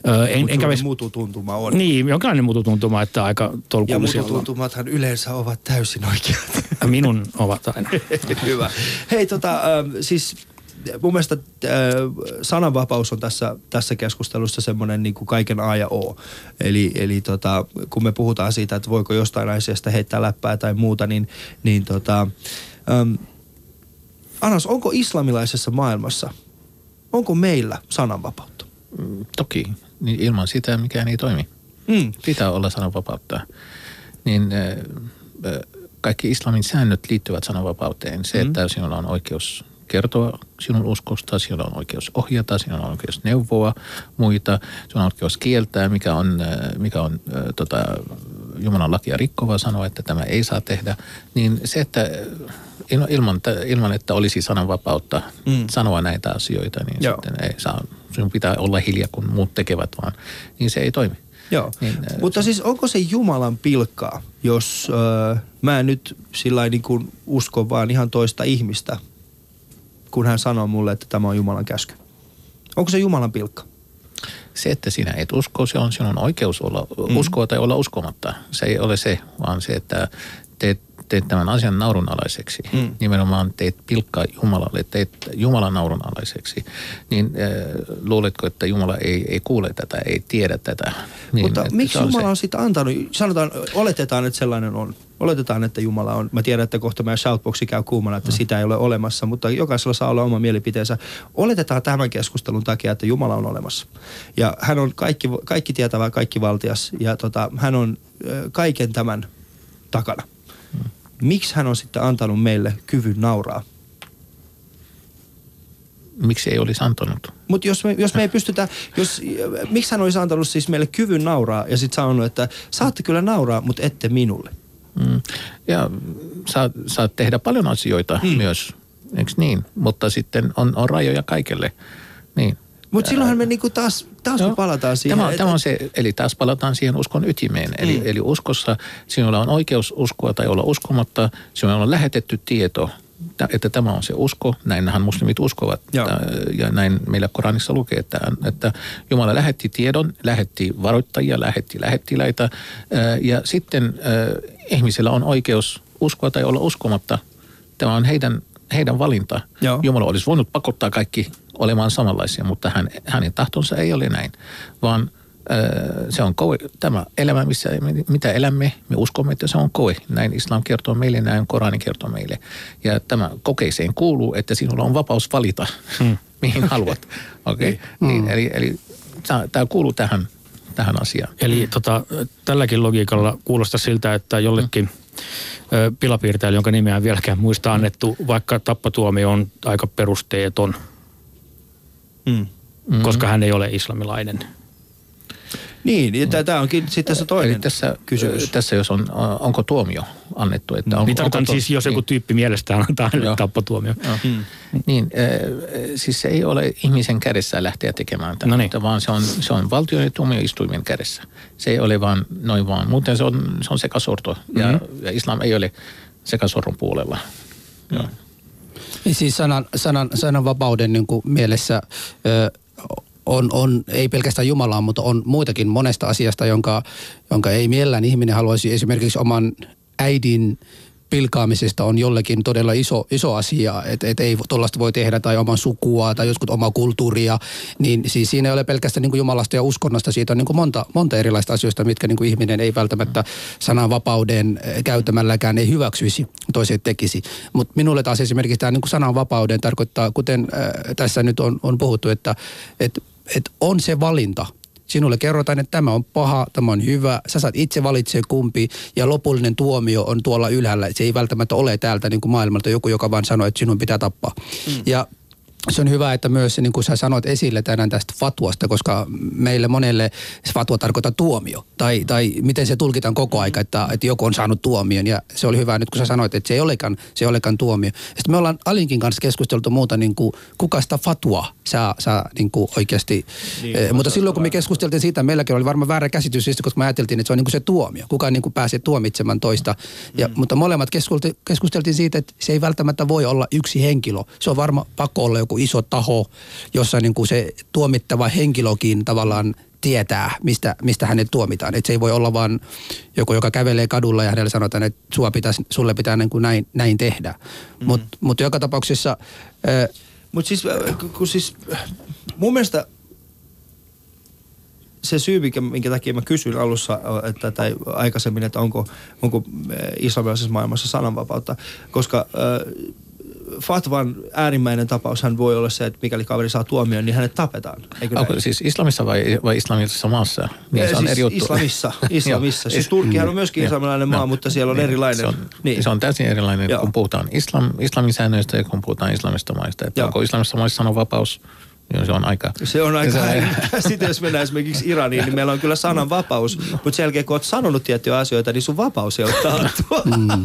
Enkä mututuntuma on. Niin, jonkinlainen mututuntuma, että aaika tolkullisia. Ja mututuntumathan yleensä ovat täysin oikeat. Minun ovat aina. Hyvä. Hei, siis mun mielestä sananvapaus on tässä keskustelussa semmoinen niin kuin kaiken A ja O. Eli kun me puhutaan siitä, että voiko jostain asiasta heittää läppää tai muuta, niin Anas, onko islamilaisessa maailmassa, onko meillä sananvapautta? Toki, niin ilman sitä mikään ei toimi. Pitää olla sananvapautta. Niin kaikki islamin säännöt liittyvät sananvapauteen. Se, että sinulla on oikeus kertoa sinun uskosta, sinulla on oikeus ohjata, sinulla on oikeus neuvoa muita, sinulla on oikeus kieltää, mikä on Jumalan lakia rikkova, sanoa, että tämä ei saa tehdä. Niin se, että ilman että olisi sananvapautta sanoa näitä asioita, niin sitten ei saa, sinun pitää olla hiljaa, kun muut tekevät vaan, niin se ei toimi. Joo, mutta siis onko se Jumalan pilkkaa, jos mä nyt sillain niin kuin uskon vaan ihan toista ihmistä, kun hän sanoo mulle, että tämä on Jumalan käsky? Onko se Jumalan pilkka? Se, että sinä et usko, se on sinun oikeus olla uskoa tai olla uskomatta. Se ei ole se, vaan se, että teet tämän asian naurunalaiseksi. Nimenomaan teet pilkkaa Jumalalle, teet Jumalan naurunalaiseksi. Niin luuletko, että Jumala ei kuule tätä, ei tiedä tätä? Niin, mutta miksi Jumala on sitten antanut, oletetaan, että sellainen on. Oletetaan, että Jumala on. Mä tiedän, että kohta meidän shoutboxi käy kuumana, että sitä ei ole olemassa, mutta jokaisella saa olla oma mielipiteensä. Oletetaan tämän keskustelun takia, että Jumala on olemassa. Ja hän on kaikki tietävä, kaikki valtias ja hän on kaiken tämän takana. Miksi hän on sitten antanut meille kyvyn nauraa? Miksi ei olisi antanut? Mutta jos me ei pystytä, miksi hän olisi antanut siis meille kyvyn nauraa ja sitten sanonut, että saatte kyllä nauraa, mutta ette minulle? Ja saat tehdä paljon asioita myös, eikö niin? Mutta sitten on rajoja kaikelle. Niin. Mutta silloinhan me niinku taas me palataan siihen. Tämä on se, eli taas palataan siihen uskon ytimeen. Eli uskossa sinulla on oikeus uskoa tai olla uskomatta. Sinulla on lähetetty tieto, että tämä on se usko. Näinhän muslimit uskovat. Ja näin meillä Koranissa lukee, että Jumala lähetti tiedon, lähetti varoittajia, lähetti lähettiläitä. Ja sitten ihmisillä on oikeus uskoa tai olla uskomatta. Tämä on heidän valinta. Joo. Jumala olisi voinut pakottaa kaikki olemaan samanlaisia, mutta hänen tahtonsa ei ole näin, vaan se on koe. Tämä elämä, mitä elämme, me uskomme, että se on koe. Näin islam kertoo meille, näin Korani kertoo meille. Ja tämä kokeeseen kuuluu, että sinulla on vapaus valita, mihin haluat. Okay? Niin, eli tämä kuuluu tähän asiaan. Eli tälläkin logiikalla kuulostaa siltä, että jollekin pilapiirtäjälle, jonka nimeä vieläkään muista annettu, vaikka tappatuomio on aika perusteeton, koska hän ei ole islamilainen. Niin, tämä onkin sitten se toinen kysymys. Tässä jos onko tuomio annettu? Että niin tarkoitan siis, jos joku tyyppi mielestään antaa tappatuomio. Niin, siis se ei ole ihmisen kädessä lähteä tekemään tätä, vaan se on valtion ja tuomioistuimen kädessä. Se ei ole vaan noin vaan. Muuten se on sekasorto ja islam ei ole sekasorron puolella. Siis sananvapauden niin kuin mielessä on ei pelkästään Jumalaa, mutta on muitakin monesta asiasta, jonka ei mielellään ihminen haluaisi. Esimerkiksi oman äidin pilkaamisesta on jollekin todella iso asia, että ei tuollaista voi tehdä, tai oman sukua tai joskus omaa kulttuuria, niin siis siinä ei ole pelkästään niin kuin Jumalasta ja uskonnasta, siitä on niin kuin monta erilaista asioista, mitkä niin kuin ihminen ei välttämättä sananvapauden käyttämälläkään ei hyväksyisi, toiset tekisi. Mutta minulle taas esimerkiksi tämä niin kuin sananvapauden tarkoittaa, kuten tässä nyt on puhuttu, että on se valinta. Sinulle kerrotaan, että tämä on paha, tämä on hyvä, sä saat itse valitse kumpi ja lopullinen tuomio on tuolla ylhäällä. Se ei välttämättä ole täältä niin kuin maailmalta joku, joka vaan sanoo, että sinun pitää tappaa. Ja se on hyvä, että myös niin kuin sä sanoit esille tänään tästä fatwasta, koska meille monelle se fatwa tarkoittaa tuomio. Tai miten se tulkitaan koko aika, että joku on saanut tuomion. Ja se oli hyvä nyt, kun sä sanoit, että se ei olekaan tuomio. Sitten me ollaan Alinkin kanssa keskusteltu muuta, niin kuin, kuka sitä fatwaa saa niin kuin oikeasti. Mutta silloin, kun me keskusteltiin siitä, meilläkin oli varmaan väärä käsitys, koska me ajateltiin, että se on niin kuin se tuomio. Kuka niin kuin pääsee tuomitsemaan toista. Mutta molemmat keskusteltiin siitä, että se ei välttämättä voi olla yksi henkilö. Se on varmaan pakko olla joku iso taho, jossa niin kuin se tuomittava henkilökin tavallaan tietää, mistä hänet tuomitaan. Että se ei voi olla vaan joku, joka kävelee kadulla ja hänelle sanotaan, että sulle pitää niin kuin näin tehdä. Mutta joka tapauksessa... Mutta siis mun mielestä se syy, minkä takia mä kysyin alussa tai aikaisemmin, että onko islamilaisessa maailmassa sananvapautta, koska fatvan äärimmäinen tapaushan voi olla se, että mikäli kaveri saa tuomion, niin hänet tapetaan. Onko siis islamissa vai islamilaisessa maassa? Niin se on eri juttu. Islamissa. Siis Turkkihan on myöskin islamilainen maa, mutta siellä on erilainen. Se on täysin erilainen, kun puhutaan islamin säännöistä ja kun puhutaan islamista maista. Että onko islamissa maissa sananvapaus? Se on aika... Sitten jos mennään esimerkiksi Iraniin, niin meillä on kyllä sananvapaus, mutta sen jälkeen kun olet sanonut tiettyjä asioita, niin sun vapaus ei ole taattua.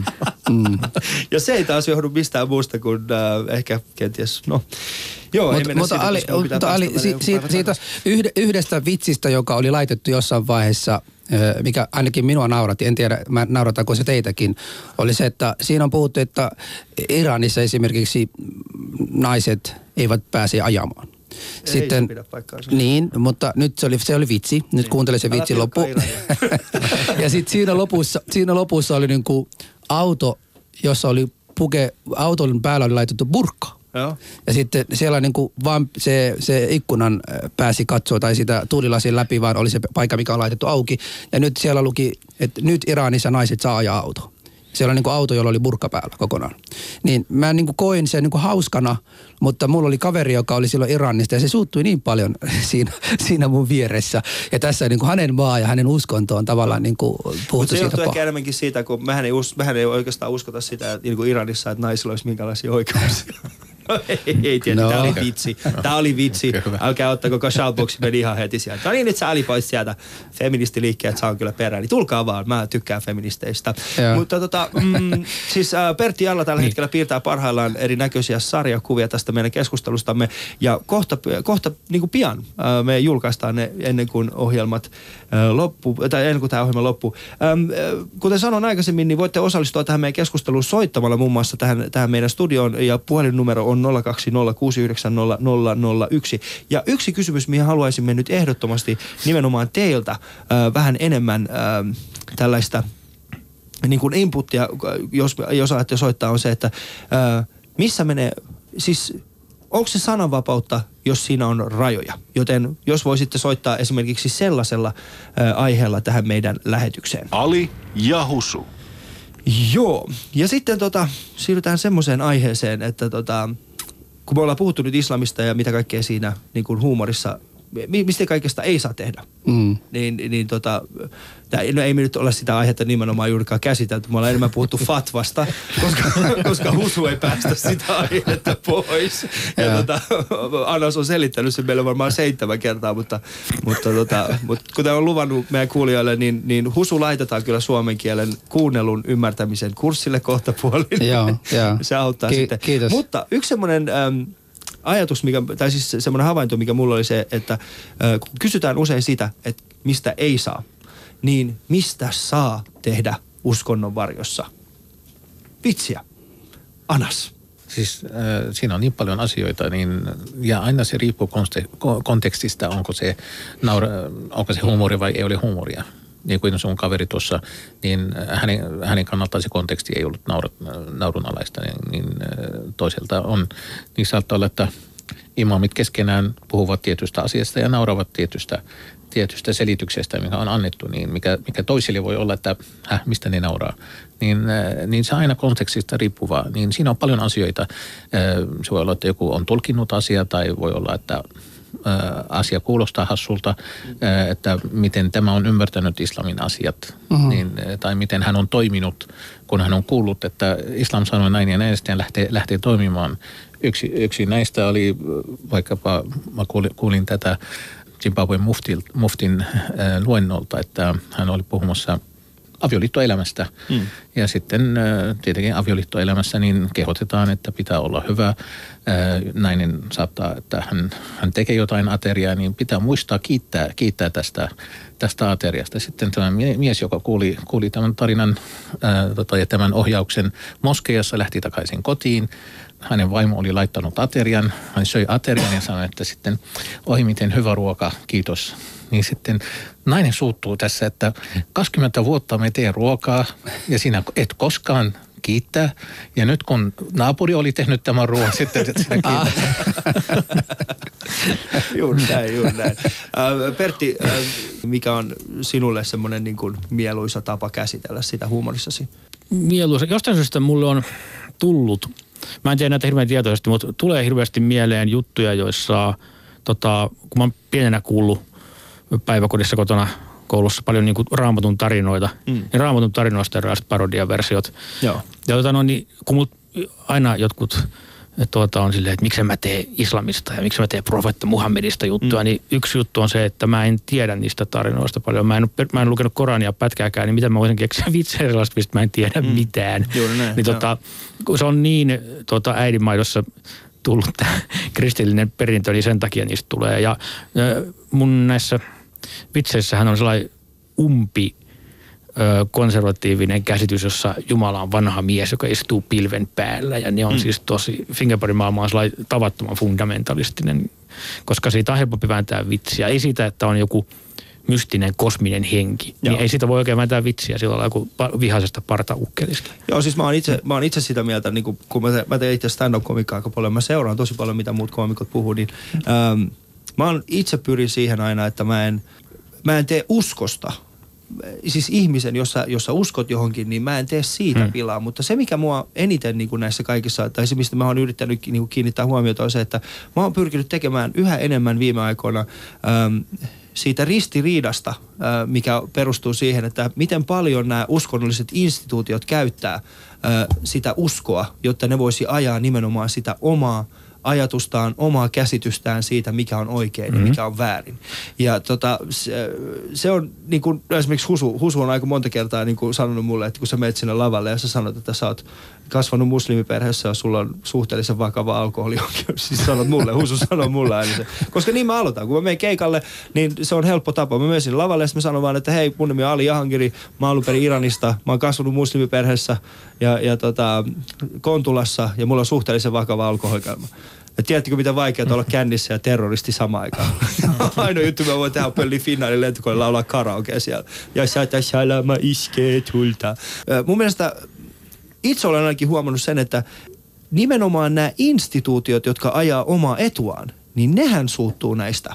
Ja se ei taas johdu mistään muusta kuin ehkä kenties, Joo, ei mennä siitä yhdestä vitsistä, joka oli laitettu jossain vaiheessa, mikä ainakin minua nauratti, en tiedä, naurataanko se teitäkin, oli se, että siinä on puhuttu, että Iranissa esimerkiksi naiset eivät pääse ajamaan. Sitten, ei se pidä paikkaansa. Niin, mutta nyt se oli vitsi. Nyt kuuntele se vitsi loppu. Ja sitten siinä lopussa oli niinku auto, jossa oli auton päällä oli laitettu burkka. Joo. Ja sitten siellä niinku vaan se ikkunan pääsi katsoa tai sitä tuulilasin läpi, vaan oli se paikka, mikä on laitettu auki. Ja nyt siellä luki, että nyt Iranissa naiset saa ajaa auto. Siellä on niinku auto, jolla oli burkka päällä kokonaan. Niin mä niinku koin sen niinku hauskana, mutta mulla oli kaveri, joka oli silloin Iranista ja se suuttui niin paljon siinä mun vieressä. Ja tässä niinku hänen maa ja hänen uskonto on tavallaan niinku puhuttu siitä. Mutta se johtuu ehkä enemmänkin siitä, kun mehän ei oikeastaan uskota sitä, että niinku Iranissa, että naisilla olisi minkälaisia oikeuksia. Ei tiedä, tämä oli vitsi. Tämä oli vitsi. Älkää ottako, kun shoutboxi meni ihan heti sieltä. No niin, nyt sä Ali pois sieltä. Feministiliikkeet saa kyllä perään. Niin tulkaa vaan, mä tykkään feministeistä. Mutta siis Pertti Jalla tällä hetkellä piirtää parhaillaan erinäköisiä sarjakuvia tästä meidän keskustelustamme. Ja kohta niin kuin pian me julkaistaan ne ennen kuin ohjelmat ennen kuin tämä ohjelma loppuu. Kuten sanoin aikaisemmin, niin voitte osallistua tähän meidän keskusteluun soittamalla muun muassa tähän meidän studioon ja puhelinnumero on 020690001. Ja yksi kysymys, mihin haluaisimme nyt ehdottomasti nimenomaan teiltä vähän enemmän tällaista niin kuin inputtia, jos ajatte soittaa, on se, että missä menee, siis onko se sananvapautta, jos siinä on rajoja? Joten jos voisitte soittaa esimerkiksi sellaisella aiheella tähän meidän lähetykseen. Ali ja Husu. Joo, ja sitten siirrytään semmoiseen aiheeseen, että kun me ollaan puhuttu nyt islamista ja mitä kaikkea siinä niin kuin huumorissa, mistä kaikesta ei saa tehdä, no ei me nyt ole sitä aihetta nimenomaan juurikaan käsitelty. Me ollaan enemmän puhuttu fatvasta, koska Husu ei päästä sitä aihetta pois. Ja Anas on selittänyt sen meille varmaan 7 kertaa, mutta kuten on luvannut meidän kuulijoille, niin Husu laitetaan kyllä suomen kielen kuunnelun ymmärtämisen kurssille kohtapuolin. Joo. Se auttaa sitten. Kiitos. Mutta yksi semmoinen ajatus, tai siis semmoinen havainto, mikä mulla oli se, että kun kysytään usein sitä, että mistä ei saa, niin mistä saa tehdä uskonnon varjossa? Vitsiä. Anas. Siis siinä on niin paljon asioita, ja aina se riippuu kontekstista, onko se huumori vai ei ole huumoria. Niin kuin sun kaveri tuossa, niin hänen kannaltaan se konteksti ei ollut naurunalaista, niin toiselta on. Niin saattaa olla, että imamit keskenään puhuvat tietystä asiasta ja nauravat tietystä selityksestä, mikä on annettu, niin mikä toisille voi olla, että mistä ne nauraa. Niin se aina kontekstista riippuvaa. Niin siinä on paljon asioita. Se voi olla, että joku on tulkinnut asiaa tai voi olla, että asia kuulostaa hassulta, että miten tämä on ymmärtänyt islamin asiat, tai miten hän on toiminut, kun hän on kuullut, että islam sanoo näin ja näin, sitten lähtee toimimaan. Yksi näistä oli vaikkapa, mä kuulin tätä Zimbabwen muftin luennolta, että hän oli puhumassa avioliittoelämästä. Ja sitten tietenkin avioliittoelämässä niin kehotetaan, että pitää olla hyvä. Nainen saattaa, että hän tekee jotain ateriaa, niin pitää muistaa kiittää tästä ateriasta. Sitten tämä mies, joka kuuli tämän tarinan ja tämän ohjauksen moskeijassa, lähti takaisin kotiin. hänen vaimo oli laittanut aterian, hän söi aterian ja sanoi, että sitten oi miten hyvä ruoka, kiitos. Niin sitten nainen suuttuu tässä, että 20 vuotta me teen ruokaa ja sinä et koskaan kiittää. Ja nyt kun naapuri oli tehnyt tämän ruoan, sitten sinä kiittää. Juuri näin. Pertti, mikä on sinulle semmoinen niin kuin mieluisa tapa käsitellä sitä huumorissasi? Mieluisa. Jostain syystä mulle on tullut, mä en tiedä näitä hirveän tietoisesti, mutta tulee hirveästi mieleen juttuja, joissa kun mä oon pienenä kuullut päiväkodissa kotona koulussa paljon niin kuin Raamatun tarinoita. Niin Raamatun tarinoista erilaiset parodiaversiot. Joo. Ja niin, kun mut aina jotkut on silleen, että miksi mä teen islamista ja miksi mä teen profeetta Muhammedista juttua, niin yksi juttu on se, että mä en tiedä niistä tarinoista paljon. Mä en lukenut Korania pätkääkään, niin miten mä voisin keksiä vitsejä erilaisista, mistä mä en tiedä mitään. Juuri näin, niin kun se on niin äidinmaidossa tullut tämä kristillinen perintö, niin sen takia niistä tulee. Ja mun näissä vitseissähän on sellainen konservatiivinen käsitys, jossa Jumala on vanha mies, joka istuu pilven päällä. Ja ne on siis tosi, Fingerboardin maailma on sellainen tavattoman fundamentalistinen, koska siitä on helpompi vääntää vitsiä. Ei siitä, että on joku mystinen kosminen henki. Niin ei siitä voi oikein vääntää vitsiä sillä lailla kuin vihaisesta partaukkelista. Joo, siis mä oon itse sitä mieltä, niin kun mä teen itse stand-up-komikkaa aika paljon, mä seuraan tosi paljon, mitä muut komikot puhuu, niin mä oon itse pyrin siihen aina, että mä en tee uskosta. Siis ihmisen, jossa uskot johonkin, niin mä en tee siitä pilaa. Mutta se, mikä mua eniten niin kuin näissä kaikissa, tai se, mistä mä oon yrittänyt niin kuin kiinnittää huomiota, on se, että mä oon pyrkinyt tekemään yhä enemmän viime aikoina siitä ristiriidasta, mikä perustuu siihen, että miten paljon nämä uskonnolliset instituutiot käyttää sitä uskoa, jotta ne voisi ajaa nimenomaan sitä omaa ajatustaan, omaa käsitystään siitä, mikä on oikein ja mikä on väärin. Ja se on niin kuin esimerkiksi Husu on aika monta kertaa niin kuin sanonut mulle, että kun sä menet sinne lavalle ja sä sanot, että sä oot kasvanut muslimiperheessä ja sulla on suhteellisen vakava alkoholiongelma. Siis sanot mulle, Husu sanoo mulle aina se. Koska niin mä aloitan. Kun mä menen keikalle, niin se on helppo tapa. Mä menen sinne lavalle ja mä sanon vaan, että hei, mun nimi on Ali Jahangiri, mä oon alun perin Iranista, mä oon kasvanut muslimiperheessä ja Kontulassa ja mulla on suhteellisen vakava alkoholiongelma. Ja tiedättekö, mitä vaikeaa olla kännissä ja terroristi samaan aikaan? Ainoa juttu, mä voin tehdä pölli Finnairin lentokoneella laulaa karaokea siellä. Ja sata salama iskee tulta. Mun mielestä itse olen ainakin huomannut sen, että nimenomaan nämä instituutiot, jotka ajaa omaa etuaan, niin nehän suuttuu näistä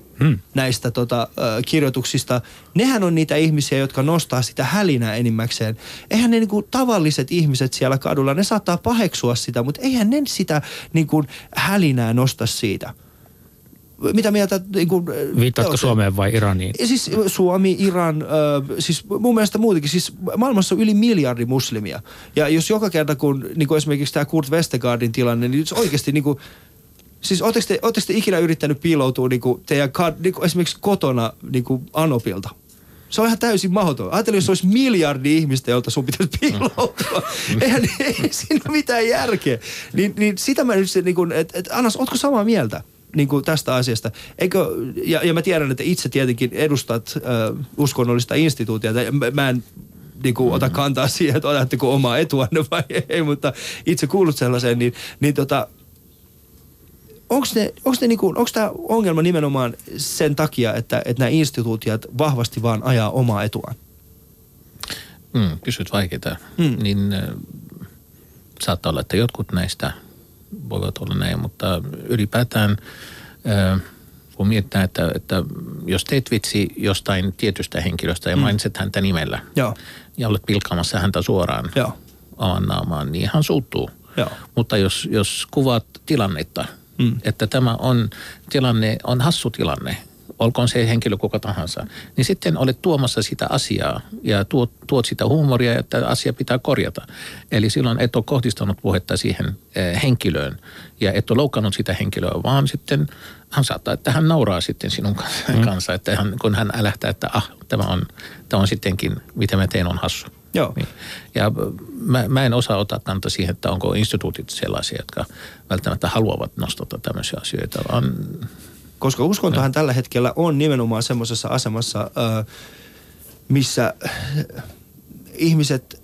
kirjoituksista. Nehän on niitä ihmisiä, jotka nostaa sitä hälinää enimmäkseen. Eihän ne niinku tavalliset ihmiset siellä kadulla, ne saattaa paheksua sitä, mutta eihän ne sitä niinku hälinää nosta siitä. Mitä mieltä niinku viittaatko Suomeen vai Iraniin? Siis Suomi, Iran, siis mun mielestä muutenkin, siis maailmassa on yli 1 miljardi muslimia. Ja jos joka kerta, kun niinku esimerkiksi tämä Kurt Westergaardin tilanne, niin oikeasti niinku siis ootteko te ikinä yrittänyt piiloutua niinku teidän niinku esimerkiksi kotona niinku Anopilta? Se on ihan täysin mahdoton. Ajattelin, jos olisi 1 miljardi ihmistä, jolta sun pitäisi piiloutua. Ei siinä ole mitään järkeä. Niin sitä mä nyt se, niinku, että Anas, ootko samaa mieltä niinku tästä asiasta? Eikö, ja mä tiedän, että itse tietenkin edustat uskonnollista instituutiota. Mä en niinku ota kantaa siihen, että otatteko omaa etuanne vai ei, mutta itse kuulut sellaiseen, niin Onko tämä ongelma nimenomaan sen takia, että nämä instituutiot vahvasti vaan ajaa omaa etuaan? Kysyt vaikeita. Niin saattaa olla, että jotkut näistä voivat olla näin, mutta ylipäätään kun mietitään, että jos teet vitsi jostain tietystä henkilöstä ja mainitset häntä nimellä ja olet pilkkaamassa häntä suoraan oman naamaan, niin hän suuttuu. Mutta jos kuvaat tilannetta, että tämä on tilanne, on hassu tilanne, olkoon se henkilö kuka tahansa, niin sitten olet tuomassa sitä asiaa ja tuot sitä huumoria, että asia pitää korjata. Eli silloin et ole kohdistanut puhetta siihen henkilöön ja et ole loukannut sitä henkilöä, vaan sitten hän saattaa, että hän nauraa sitten sinun kanssa, että kun hän älähtää, että tämä on sittenkin, mitä mä teen, on hassu. Joo. Ja mä en osaa ottaa kantaa siihen, että onko instituutit sellaisia, jotka välttämättä haluavat nostaa tämmöisiä asioita, vaan koska uskontohan tällä hetkellä on nimenomaan semmoisessa asemassa, missä ihmiset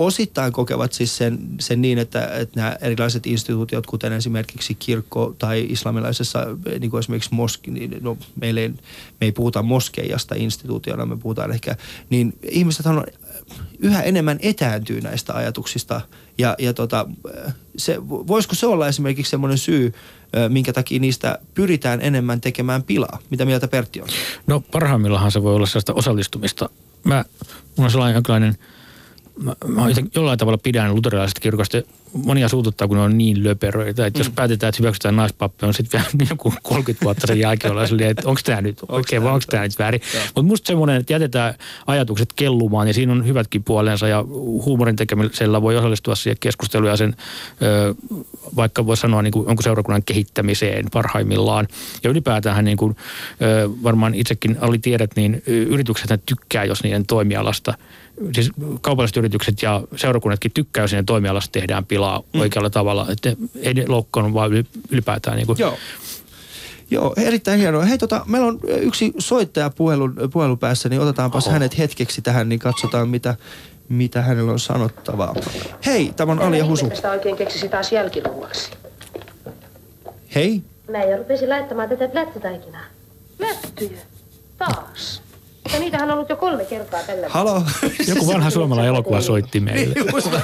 osittain kokevat siis sen niin, että nämä erilaiset instituutiot, kuten esimerkiksi kirkko tai islamilaisessa, niin kuin esimerkiksi niin, no, me ei puhuta moskeijasta instituutiona, me puhutaan ehkä, niin ihmiset on yhä enemmän etääntyy näistä ajatuksista ja voisiko se olla esimerkiksi semmoinen syy, minkä takia niistä pyritään enemmän tekemään pilaa? Mitä mieltä Pertti on? No parhaimmillaan se voi olla sellaista osallistumista. Mulla on sellainen jonkinlainen, mä jollain tavalla pidän luterilaisesta kirkosta. Monia suututtaa, kun ne on niin löperöitä, että jos päätetään, että hyväksytään naispappi, on sitten vielä joku 30 vuotta sen jälkeen olla silleen, että onko tämä nyt oikein vai onko tämä nyt väärin. Mutta musta semmoinen, että jätetään ajatukset kellumaan ja siinä on hyvätkin puolensa ja huumorin tekemisellä voi osallistua siihen keskusteluun ja sen, vaikka voi sanoa niin kuin jonkun seurakunnan kehittämiseen parhaimmillaan. Ja ylipäätään niin kuin varmaan itsekin tiedät, niin yritykset tykkää, jos niiden toimialasta siis kaupalliset yritykset ja seurakunnatkin tykkää, jos niiden toimialasta tehdään pilaa oikealla tavalla. Että ei ne loukkaannut vaan ylipäätään. Niin kuin. Joo, erittäin hienoa. Hei, meillä on yksi soittaja puhelun päässä, niin otetaanpas hänet hetkeksi tähän, niin katsotaan mitä hänellä on sanottavaa. Hei, tämä on Ali ja Husu. Mistä oikein keksisi taas jälkiruuaksi? Hei. Mä ja rupesin laittamaan tätä plättytaikinaa. Plättyjä? Taas? Ja niitähän on ollut jo 3 kertaa tällä. Halo. Joku vanha suomalainen elokuva soitti meille.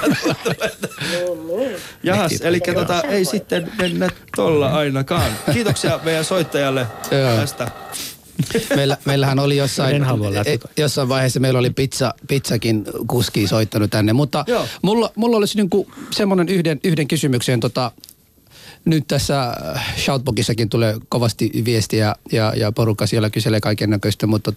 Jahas, eli ei sitten mennä tolla ainakaan. Kiitoksia meidän soittajalle tästä. Meillähän oli jossain vaiheessa meillä oli pizzakin kuski soittanut tänne, mutta mulla olisi niinku semmoinen yhden kysymyksen nyt tässä Shoutboxissakin tulee kovasti viestiä ja porukka siellä kyselee kaiken näköistä, mutta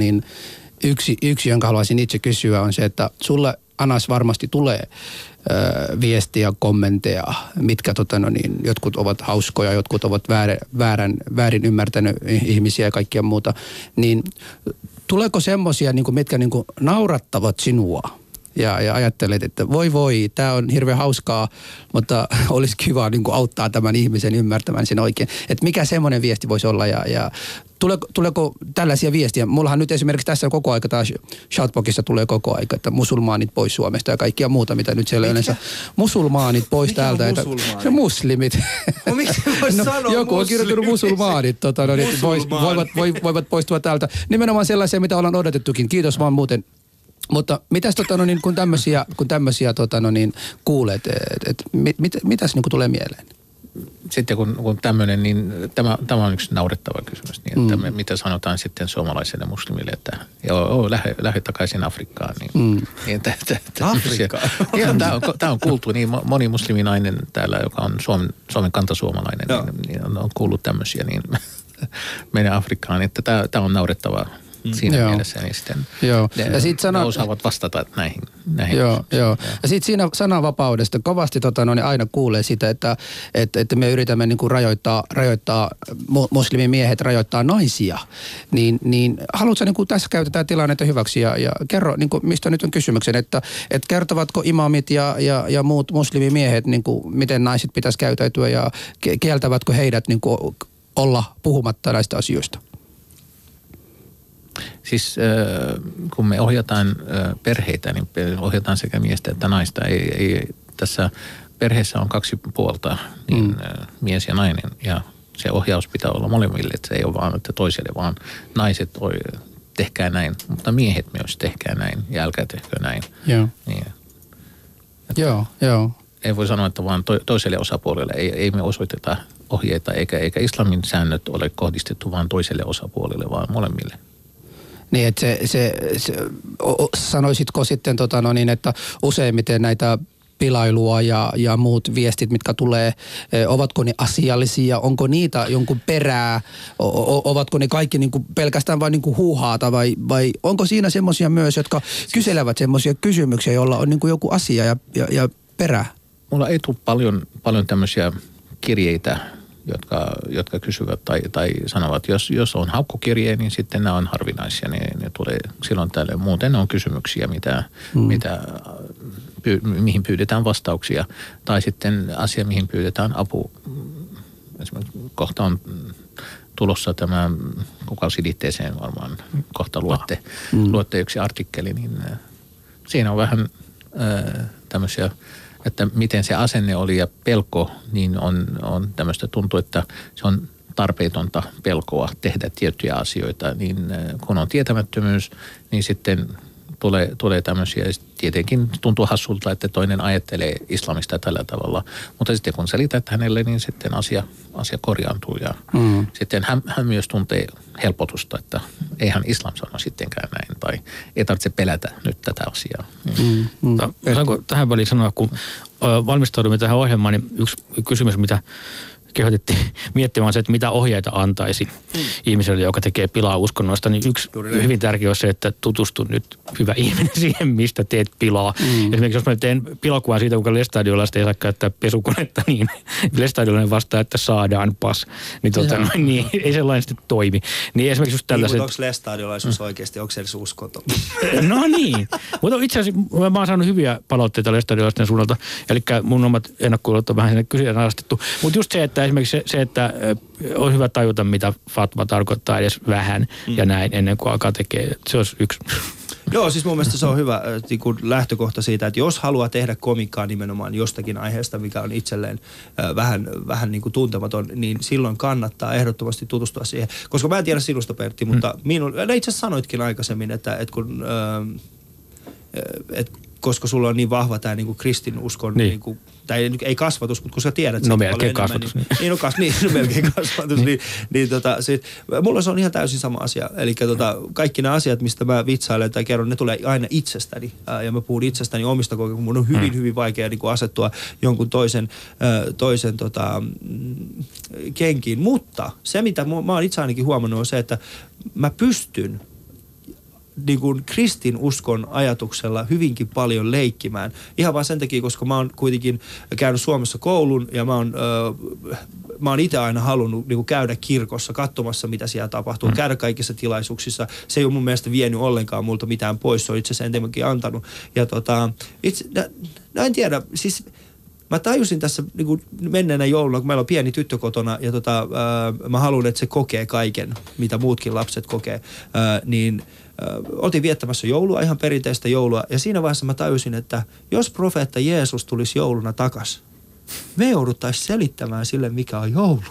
yksi, jonka haluaisin itse kysyä on se, että sulle Anas varmasti tulee viestiä, kommentteja, mitkä jotkut ovat hauskoja, jotkut ovat väärin ymmärtänyt ihmisiä ja kaikkia muuta, niin tuleeko semmoisia, mitkä naurattavat sinua? Ja ajattelet, että voi, tämä on hirveän hauskaa, mutta olisi kiva auttaa tämän ihmisen ymmärtämään sen oikein. Että mikä semmoinen viesti voisi olla ja tuleeko tällaisia viestiä? Mullahan nyt esimerkiksi tässä koko aika taas Shoutboxissa tulee koko aika, että musulmaanit pois Suomesta ja kaikkia muuta, mitä nyt siellä yleensä. Musulmaanit pois mikä täältä. Se muslimit. No miksi voisi sanoa joku on kirjoittanut musulmaanit, voivat poistua täältä. Nimenomaan sellaisia, mitä ollaan odotettukin. Kiitos vaan muuten. Mutta mitäs kun tämmöisiä kuulet, mitäs tulee mieleen? Sitten kun tämmöinen, niin tämä on yksi naurettava kysymys. Niin, että mitä sanotaan sitten suomalaiselle muslimille, että lähde takaisin Afrikkaan. Afrikkaan? Tämä on kuultu, niin moni musliminainen täällä, joka on Suomen kantasuomalainen, niin on kuullut tämmöisiä, niin mene Afrikkaan. Että tämä on naurettavaa. Siinä mielessä niin sitten ne osaavat vastata näihin. Joo. Ja sitten siinä sananvapaudesta kovasti aina kuulee sitä, että me yritämme rajoittaa muslimimiehet rajoittaa naisia. Niin haluatko tässä käytetään tilannetta hyväksi ja kerro, mistä nyt on kysymyksen, että kertovatko imamit ja muut muslimimiehet, miten naiset pitäisi käytäytyä ja kieltävätkö heidät olla puhumatta näistä asioista? Siis kun me ohjataan perheitä, niin ohjataan sekä miestä että naista. Ei tässä perheessä on 2 puolta, niin mies ja nainen. Ja se ohjaus pitää olla molemmille, että se ei ole vaan että toiselle, vaan naiset tehkää näin, mutta miehet myös tehkää näin ja älkää tehkö näin. Joo. Niin. Joo. Ei voi sanoa, että vaan toiselle osapuolelle ei me osoiteta ohjeita, eikä islamin säännöt ole kohdistettu vaan toiselle osapuolelle, vaan molemmille. Niin, että sanoisitko sitten, että useimmiten näitä pilailua ja muut viestit, mitkä tulee, ovatko ne asiallisia, onko niitä jonkun perää, ovatko ne kaikki pelkästään vain huuhaata vai onko siinä semmoisia myös, jotka kyselevät semmoisia kysymyksiä, joilla on joku asia ja perää? Mulla ei tule paljon tämmöisiä kirjeitä, jotka kysyvät tai sanovat, jos on haukkukirje, niin sitten nämä on harvinaisia. Ne tulee silloin tällöin. Muuten on kysymyksiä, mihin pyydetään vastauksia. Tai sitten asia, mihin pyydetään apu. Esimerkiksi kohta on tulossa tämä kuukausilitteeseen varmaan kohta luotte yksi artikkeli, niin siinä on vähän tämmöisiä, että miten se asenne oli ja pelko, niin on tämmöistä, tuntuu, että se on tarpeetonta pelkoa tehdä tiettyjä asioita, niin kun on tietämättömyys, niin sitten tulee tämmöisiä, tietenkin tuntuu hassulta, että toinen ajattelee islamista tällä tavalla, mutta sitten kun selität hänelle, niin sitten asia korjaantuu ja sitten hän myös tuntee helpotusta, että eihän islam sano sittenkään näin tai ei tarvitse pelätä nyt tätä asiaa. Saanko tähän väliin sanoa, kun valmistaudumme tähän ohjelmaan, niin yksi kysymys, mitä kehotettiin miettimään se, että mitä ohjeita antaisi ihmiselle, joka tekee pilaa uskonnoista, niin yksi hyvin tärkeä on se, että tutustu nyt, hyvä ihminen, siihen, mistä teet pilaa. Esimerkiksi jos mä teen pilakuvan siitä, kuinka lestadiolaista ei saa käyttää pesukonetta, niin lestadiolainen vastaa, että saadaan pas. Niin, ei sellainen sitten toimi. Niin esimerkiksi just tällaiset... Niin, mutta onko lestadiolaisuus oikeasti, onko se uskonto? No niin, mutta itse asiassa mä oon saanut hyviä palautteita lestadiolaisten suunnalta, eli mun omat ennakkuulut on vähän sinne kyseenalaistettu. Mutta just se, että esimerkiksi se, että on hyvä tajuta, mitä fatwa tarkoittaa edes vähän ja näin ennen kuin alkaa tekemään. Se olisi yksi. Joo, siis mun mielestä se on hyvä lähtökohta siitä, että jos haluaa tehdä komikkaa nimenomaan jostakin aiheesta, mikä on itselleen vähän niin kuin tuntematon, niin silloin kannattaa ehdottomasti tutustua siihen. Koska mä en tiedä sinusta, Pertti, mutta itse asiassa sanoitkin aikaisemmin, että kun... koska sulla on niin vahva tämä niinku kristinuskon, niinku, tai ei kasvatus, mutta kun sä tiedät... No melkein kasvatus. Melkein kasvatus. Mulla se on ihan täysin sama asia. Eli kaikki nämä asiat, mistä mä vitsailen tai kerron, ne tulee aina itsestäni. Ja mä puhun itsestäni omista kokemuksista. Mun on hyvin vaikea niinku asettua jonkun toisen kenkiin. Mutta se, mitä mä oon itse ainakin huomannut, on se, että mä pystyn niin kuin kristinuskon ajatuksella hyvinkin paljon leikkimään. Ihan vaan sen takia, koska mä oon kuitenkin käynyt Suomessa koulun ja mä oon itse aina halunnut niin kuin käydä kirkossa katsomassa, mitä siellä tapahtuu, käydä kaikissa tilaisuuksissa. Se ei ole mun mielestä vienyt ollenkaan multa mitään pois, se on itse asiassa enemmänkin antanut. Ja en tiedä, siis... Mä tajusin tässä niin kuin menneenä jouluna, kun meillä on pieni tyttö kotona ja mä haluan, että se kokee kaiken, mitä muutkin lapset kokee, niin oltiin viettämässä joulua, ihan perinteistä joulua. Ja siinä vaiheessa mä tajusin, että jos profeetta Jeesus tulisi jouluna takas, me jouduttaisiin selittämään sille, mikä on joulu.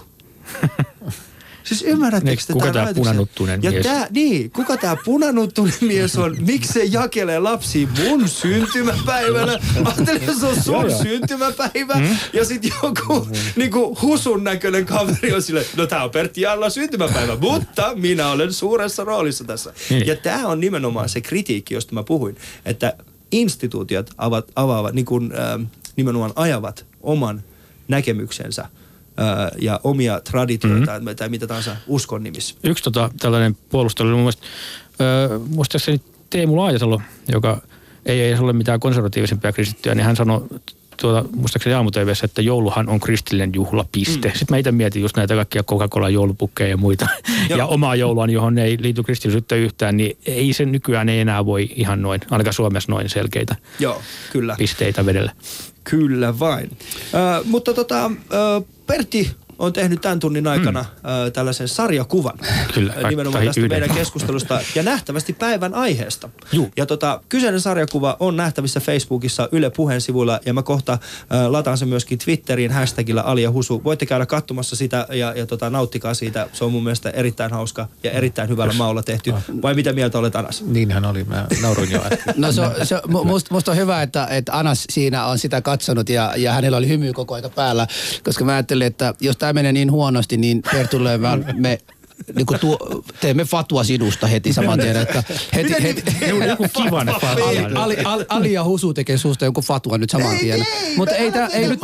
Siis ymmärrättekö te kuka tämä punanuttuinen mies? Kuka tämä punanuttuinen mies on? Miksi se jakelee lapsia mun syntymäpäivänä? Ajattelin, että se on sun syntymäpäivä. Ja sitten joku niinku husun näköinen kaveri on silleen, no tää on Pertti Jallan syntymäpäivä, mutta minä olen suuressa roolissa tässä. Ja tää on nimenomaan se kritiikki, josta mä puhuin, että instituutiot avaavat, nimenomaan ajavat oman näkemyksensä ja omia traditioita tai mitä tahansa uskon nimissä. Yksi tällainen puolustelu oli mun mielestä, muistaakseni Teemu Laajasalo, joka ei ole mitään konservatiivisempia kristittyjä, niin hän sanoi muistaakseni aamu-tv:ssä, että jouluhan on kristillinen juhla, piste. Sitten mä itse mietin just näitä kaikkia Coca-Cola joulupukkeja ja muita. Ja omaa jouluaan, johon ei liity kristillisyyttä yhtään, niin ei se nykyään ei enää voi ihan noin, ainakaan Suomessa noin selkeitä pisteitä vedellä. Kyllä vain. Mutta Pertti on tehnyt tämän tunnin aikana tällaisen sarjakuvan. Kyllä, nimenomaan tästä meidän keskustelusta ja nähtävästi päivän aiheesta. Ja kyseinen sarjakuva on nähtävissä Facebookissa Yle Puheen sivuilla ja mä kohta lataan sen myöskin Twitteriin hashtagillä Ali ja Husu. Voitte käydä katsomassa sitä ja nauttikaa siitä. Se on mun mielestä erittäin hauska ja erittäin hyvällä maulla tehty. Vai mitä mieltä olet, Anas? Niinhän oli, mä nauruin jo äsken. No musta on hyvä, että Anas siinä on sitä katsonut ja hänellä oli hymy koko ajan päällä, koska mä ajattelin, että jos tämä menee niin huonosti, niin Pertulle me teemme fatua sinusta heti saman tien, että heti joku kivan fatua. Ali ja Husu tekee susta jonkun fatua nyt saman tien. Mutta ei nyt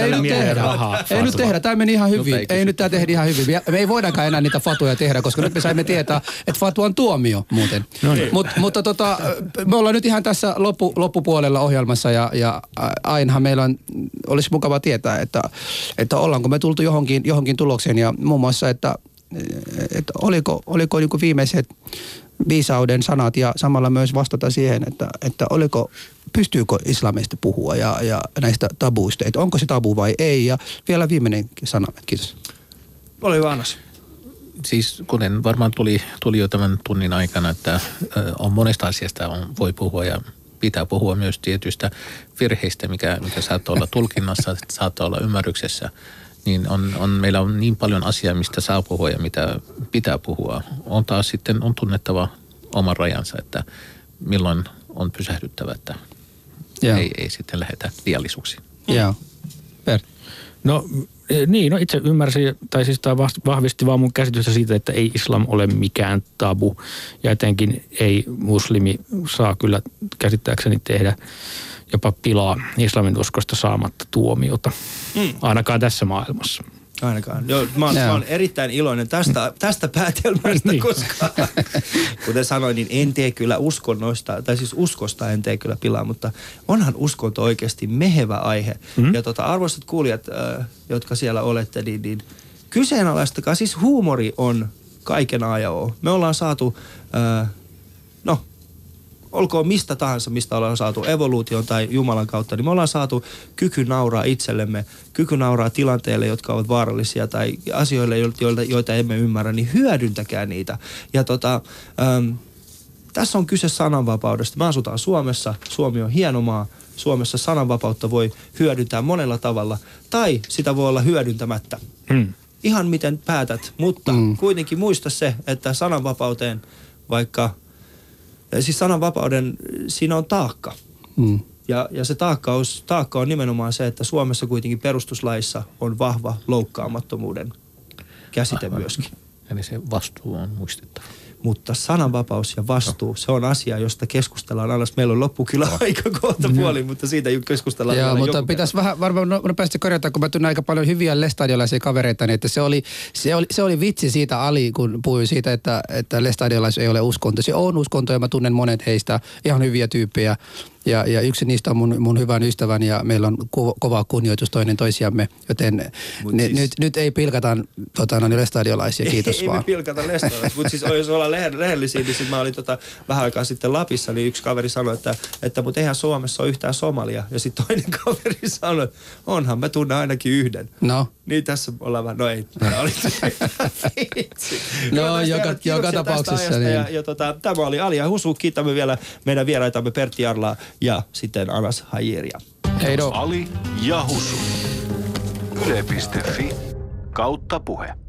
tehdä. Tämä meni ihan hyvin. Ei nyt tämä tehdä ihan hyvin. Me ei voidakaan enää niitä fatuja tehdä, koska nyt me saimme tietää, että fatua on tuomio muuten. Mutta me ollaan nyt ihan tässä loppupuolella ohjelmassa ja ainahan meillä olisi mukava tietää, että ollaanko me tultu johonkin tulokseen ja muun muassa, että oliko niin kuin viimeiset viisauden sanat ja samalla myös vastata siihen, että pystyykö islamista puhua ja näistä tabuista, että onko se tabu vai ei ja vielä viimeinen sana. Kiitos. Ole hyvä, Anas. Siis kuten varmaan tuli jo tämän tunnin aikana, että on monesta asiasta voi puhua ja pitää puhua myös tietyistä virheistä, mikä saattaa olla tulkinnassa, saattaa olla ymmärryksessä. Niin meillä on niin paljon asiaa, mistä saa puhua ja mitä pitää puhua. On taas sitten on tunnettava oman rajansa, että milloin on pysähdyttävä, että ei sitten lähdetä liiallisuuksiin. Joo. No itse ymmärsin, tai siis tämä vahvisti vaan mun käsitystä siitä, että ei islam ole mikään tabu. Ja etenkin ei muslimi saa kyllä käsittääkseni tehdä jopa pilaa islamin uskosta saamatta tuomiota. Ainakaan tässä maailmassa. Ainakaan. Joo, mä oon erittäin iloinen tästä päätelmästä, koska kuten sanoin, niin en tee kyllä uskonnoista, tai siis uskosta en tee kyllä pilaa, mutta onhan uskonto oikeasti mehevä aihe. Ja arvoisat kuulijat, jotka siellä olette, niin kyseenalaistakaa, siis huumori on kaiken A ja O. Me ollaan saatu, olkoon mistä tahansa, mistä ollaan saatu evoluution tai Jumalan kautta, niin me ollaan saatu kyky nauraa itsellemme, kyky nauraa tilanteille, jotka ovat vaarallisia tai asioille, joita emme ymmärrä, niin hyödyntäkää niitä. Ja tässä on kyse sananvapaudesta. Me asutaan Suomessa, Suomi on hieno maa, Suomessa sananvapautta voi hyödyntää monella tavalla tai sitä voi olla hyödyntämättä. Ihan miten päätät, mutta kuitenkin muista se, että sananvapauteen siis sananvapauden, siinä on taakka. Ja se taakka on nimenomaan se, että Suomessa kuitenkin perustuslaissa on vahva loukkaamattomuuden käsite myöskin. Eli se vastuu on muistettava. Mutta sananvapaus ja vastuu, se on asia, josta keskustellaan aina. Meillä on loppu kyllä aika kohta puolin, mutta siitä ei keskustellaan. Joo, mutta pitäisi vähän varmaan nopeasti korjata, kun mä tunnen aika paljon hyviä lestadiolaisia kavereita, niin että se oli vitsi siitä Ali, kun puhuin siitä, että lestadiolais ei ole uskonto. Se on uskonto ja mä tunnen monet heistä ihan hyviä tyyppejä. Ja yksi niistä on mun hyvän ystäväni ja meillä on kova kunnioitus toinen toisiamme, joten nyt ei pilkata lestadiolaisia, kiitos ei vaan. Ei me pilkata lestadiolaisia, mutta siis jos ollaan rehellisiä, niin sit mä olin vähän aikaa sitten Lapissa, niin yksi kaveri sanoi, että mutta eihän Suomessa ole yhtään somalia. Ja sitten toinen kaveri sanoi, onhan mä tunnen ainakin yhden. No. Niin tässä ollaan vähän, no ei. No joka tapauksessa. Niin. Ja tämä oli Ali ja Husu, kiitämme vielä meidän vieraitamme Pertti Jarlaa ja sitten Anas Hajiria. Heido. Ali ja Husu. Yle.fi/puhe.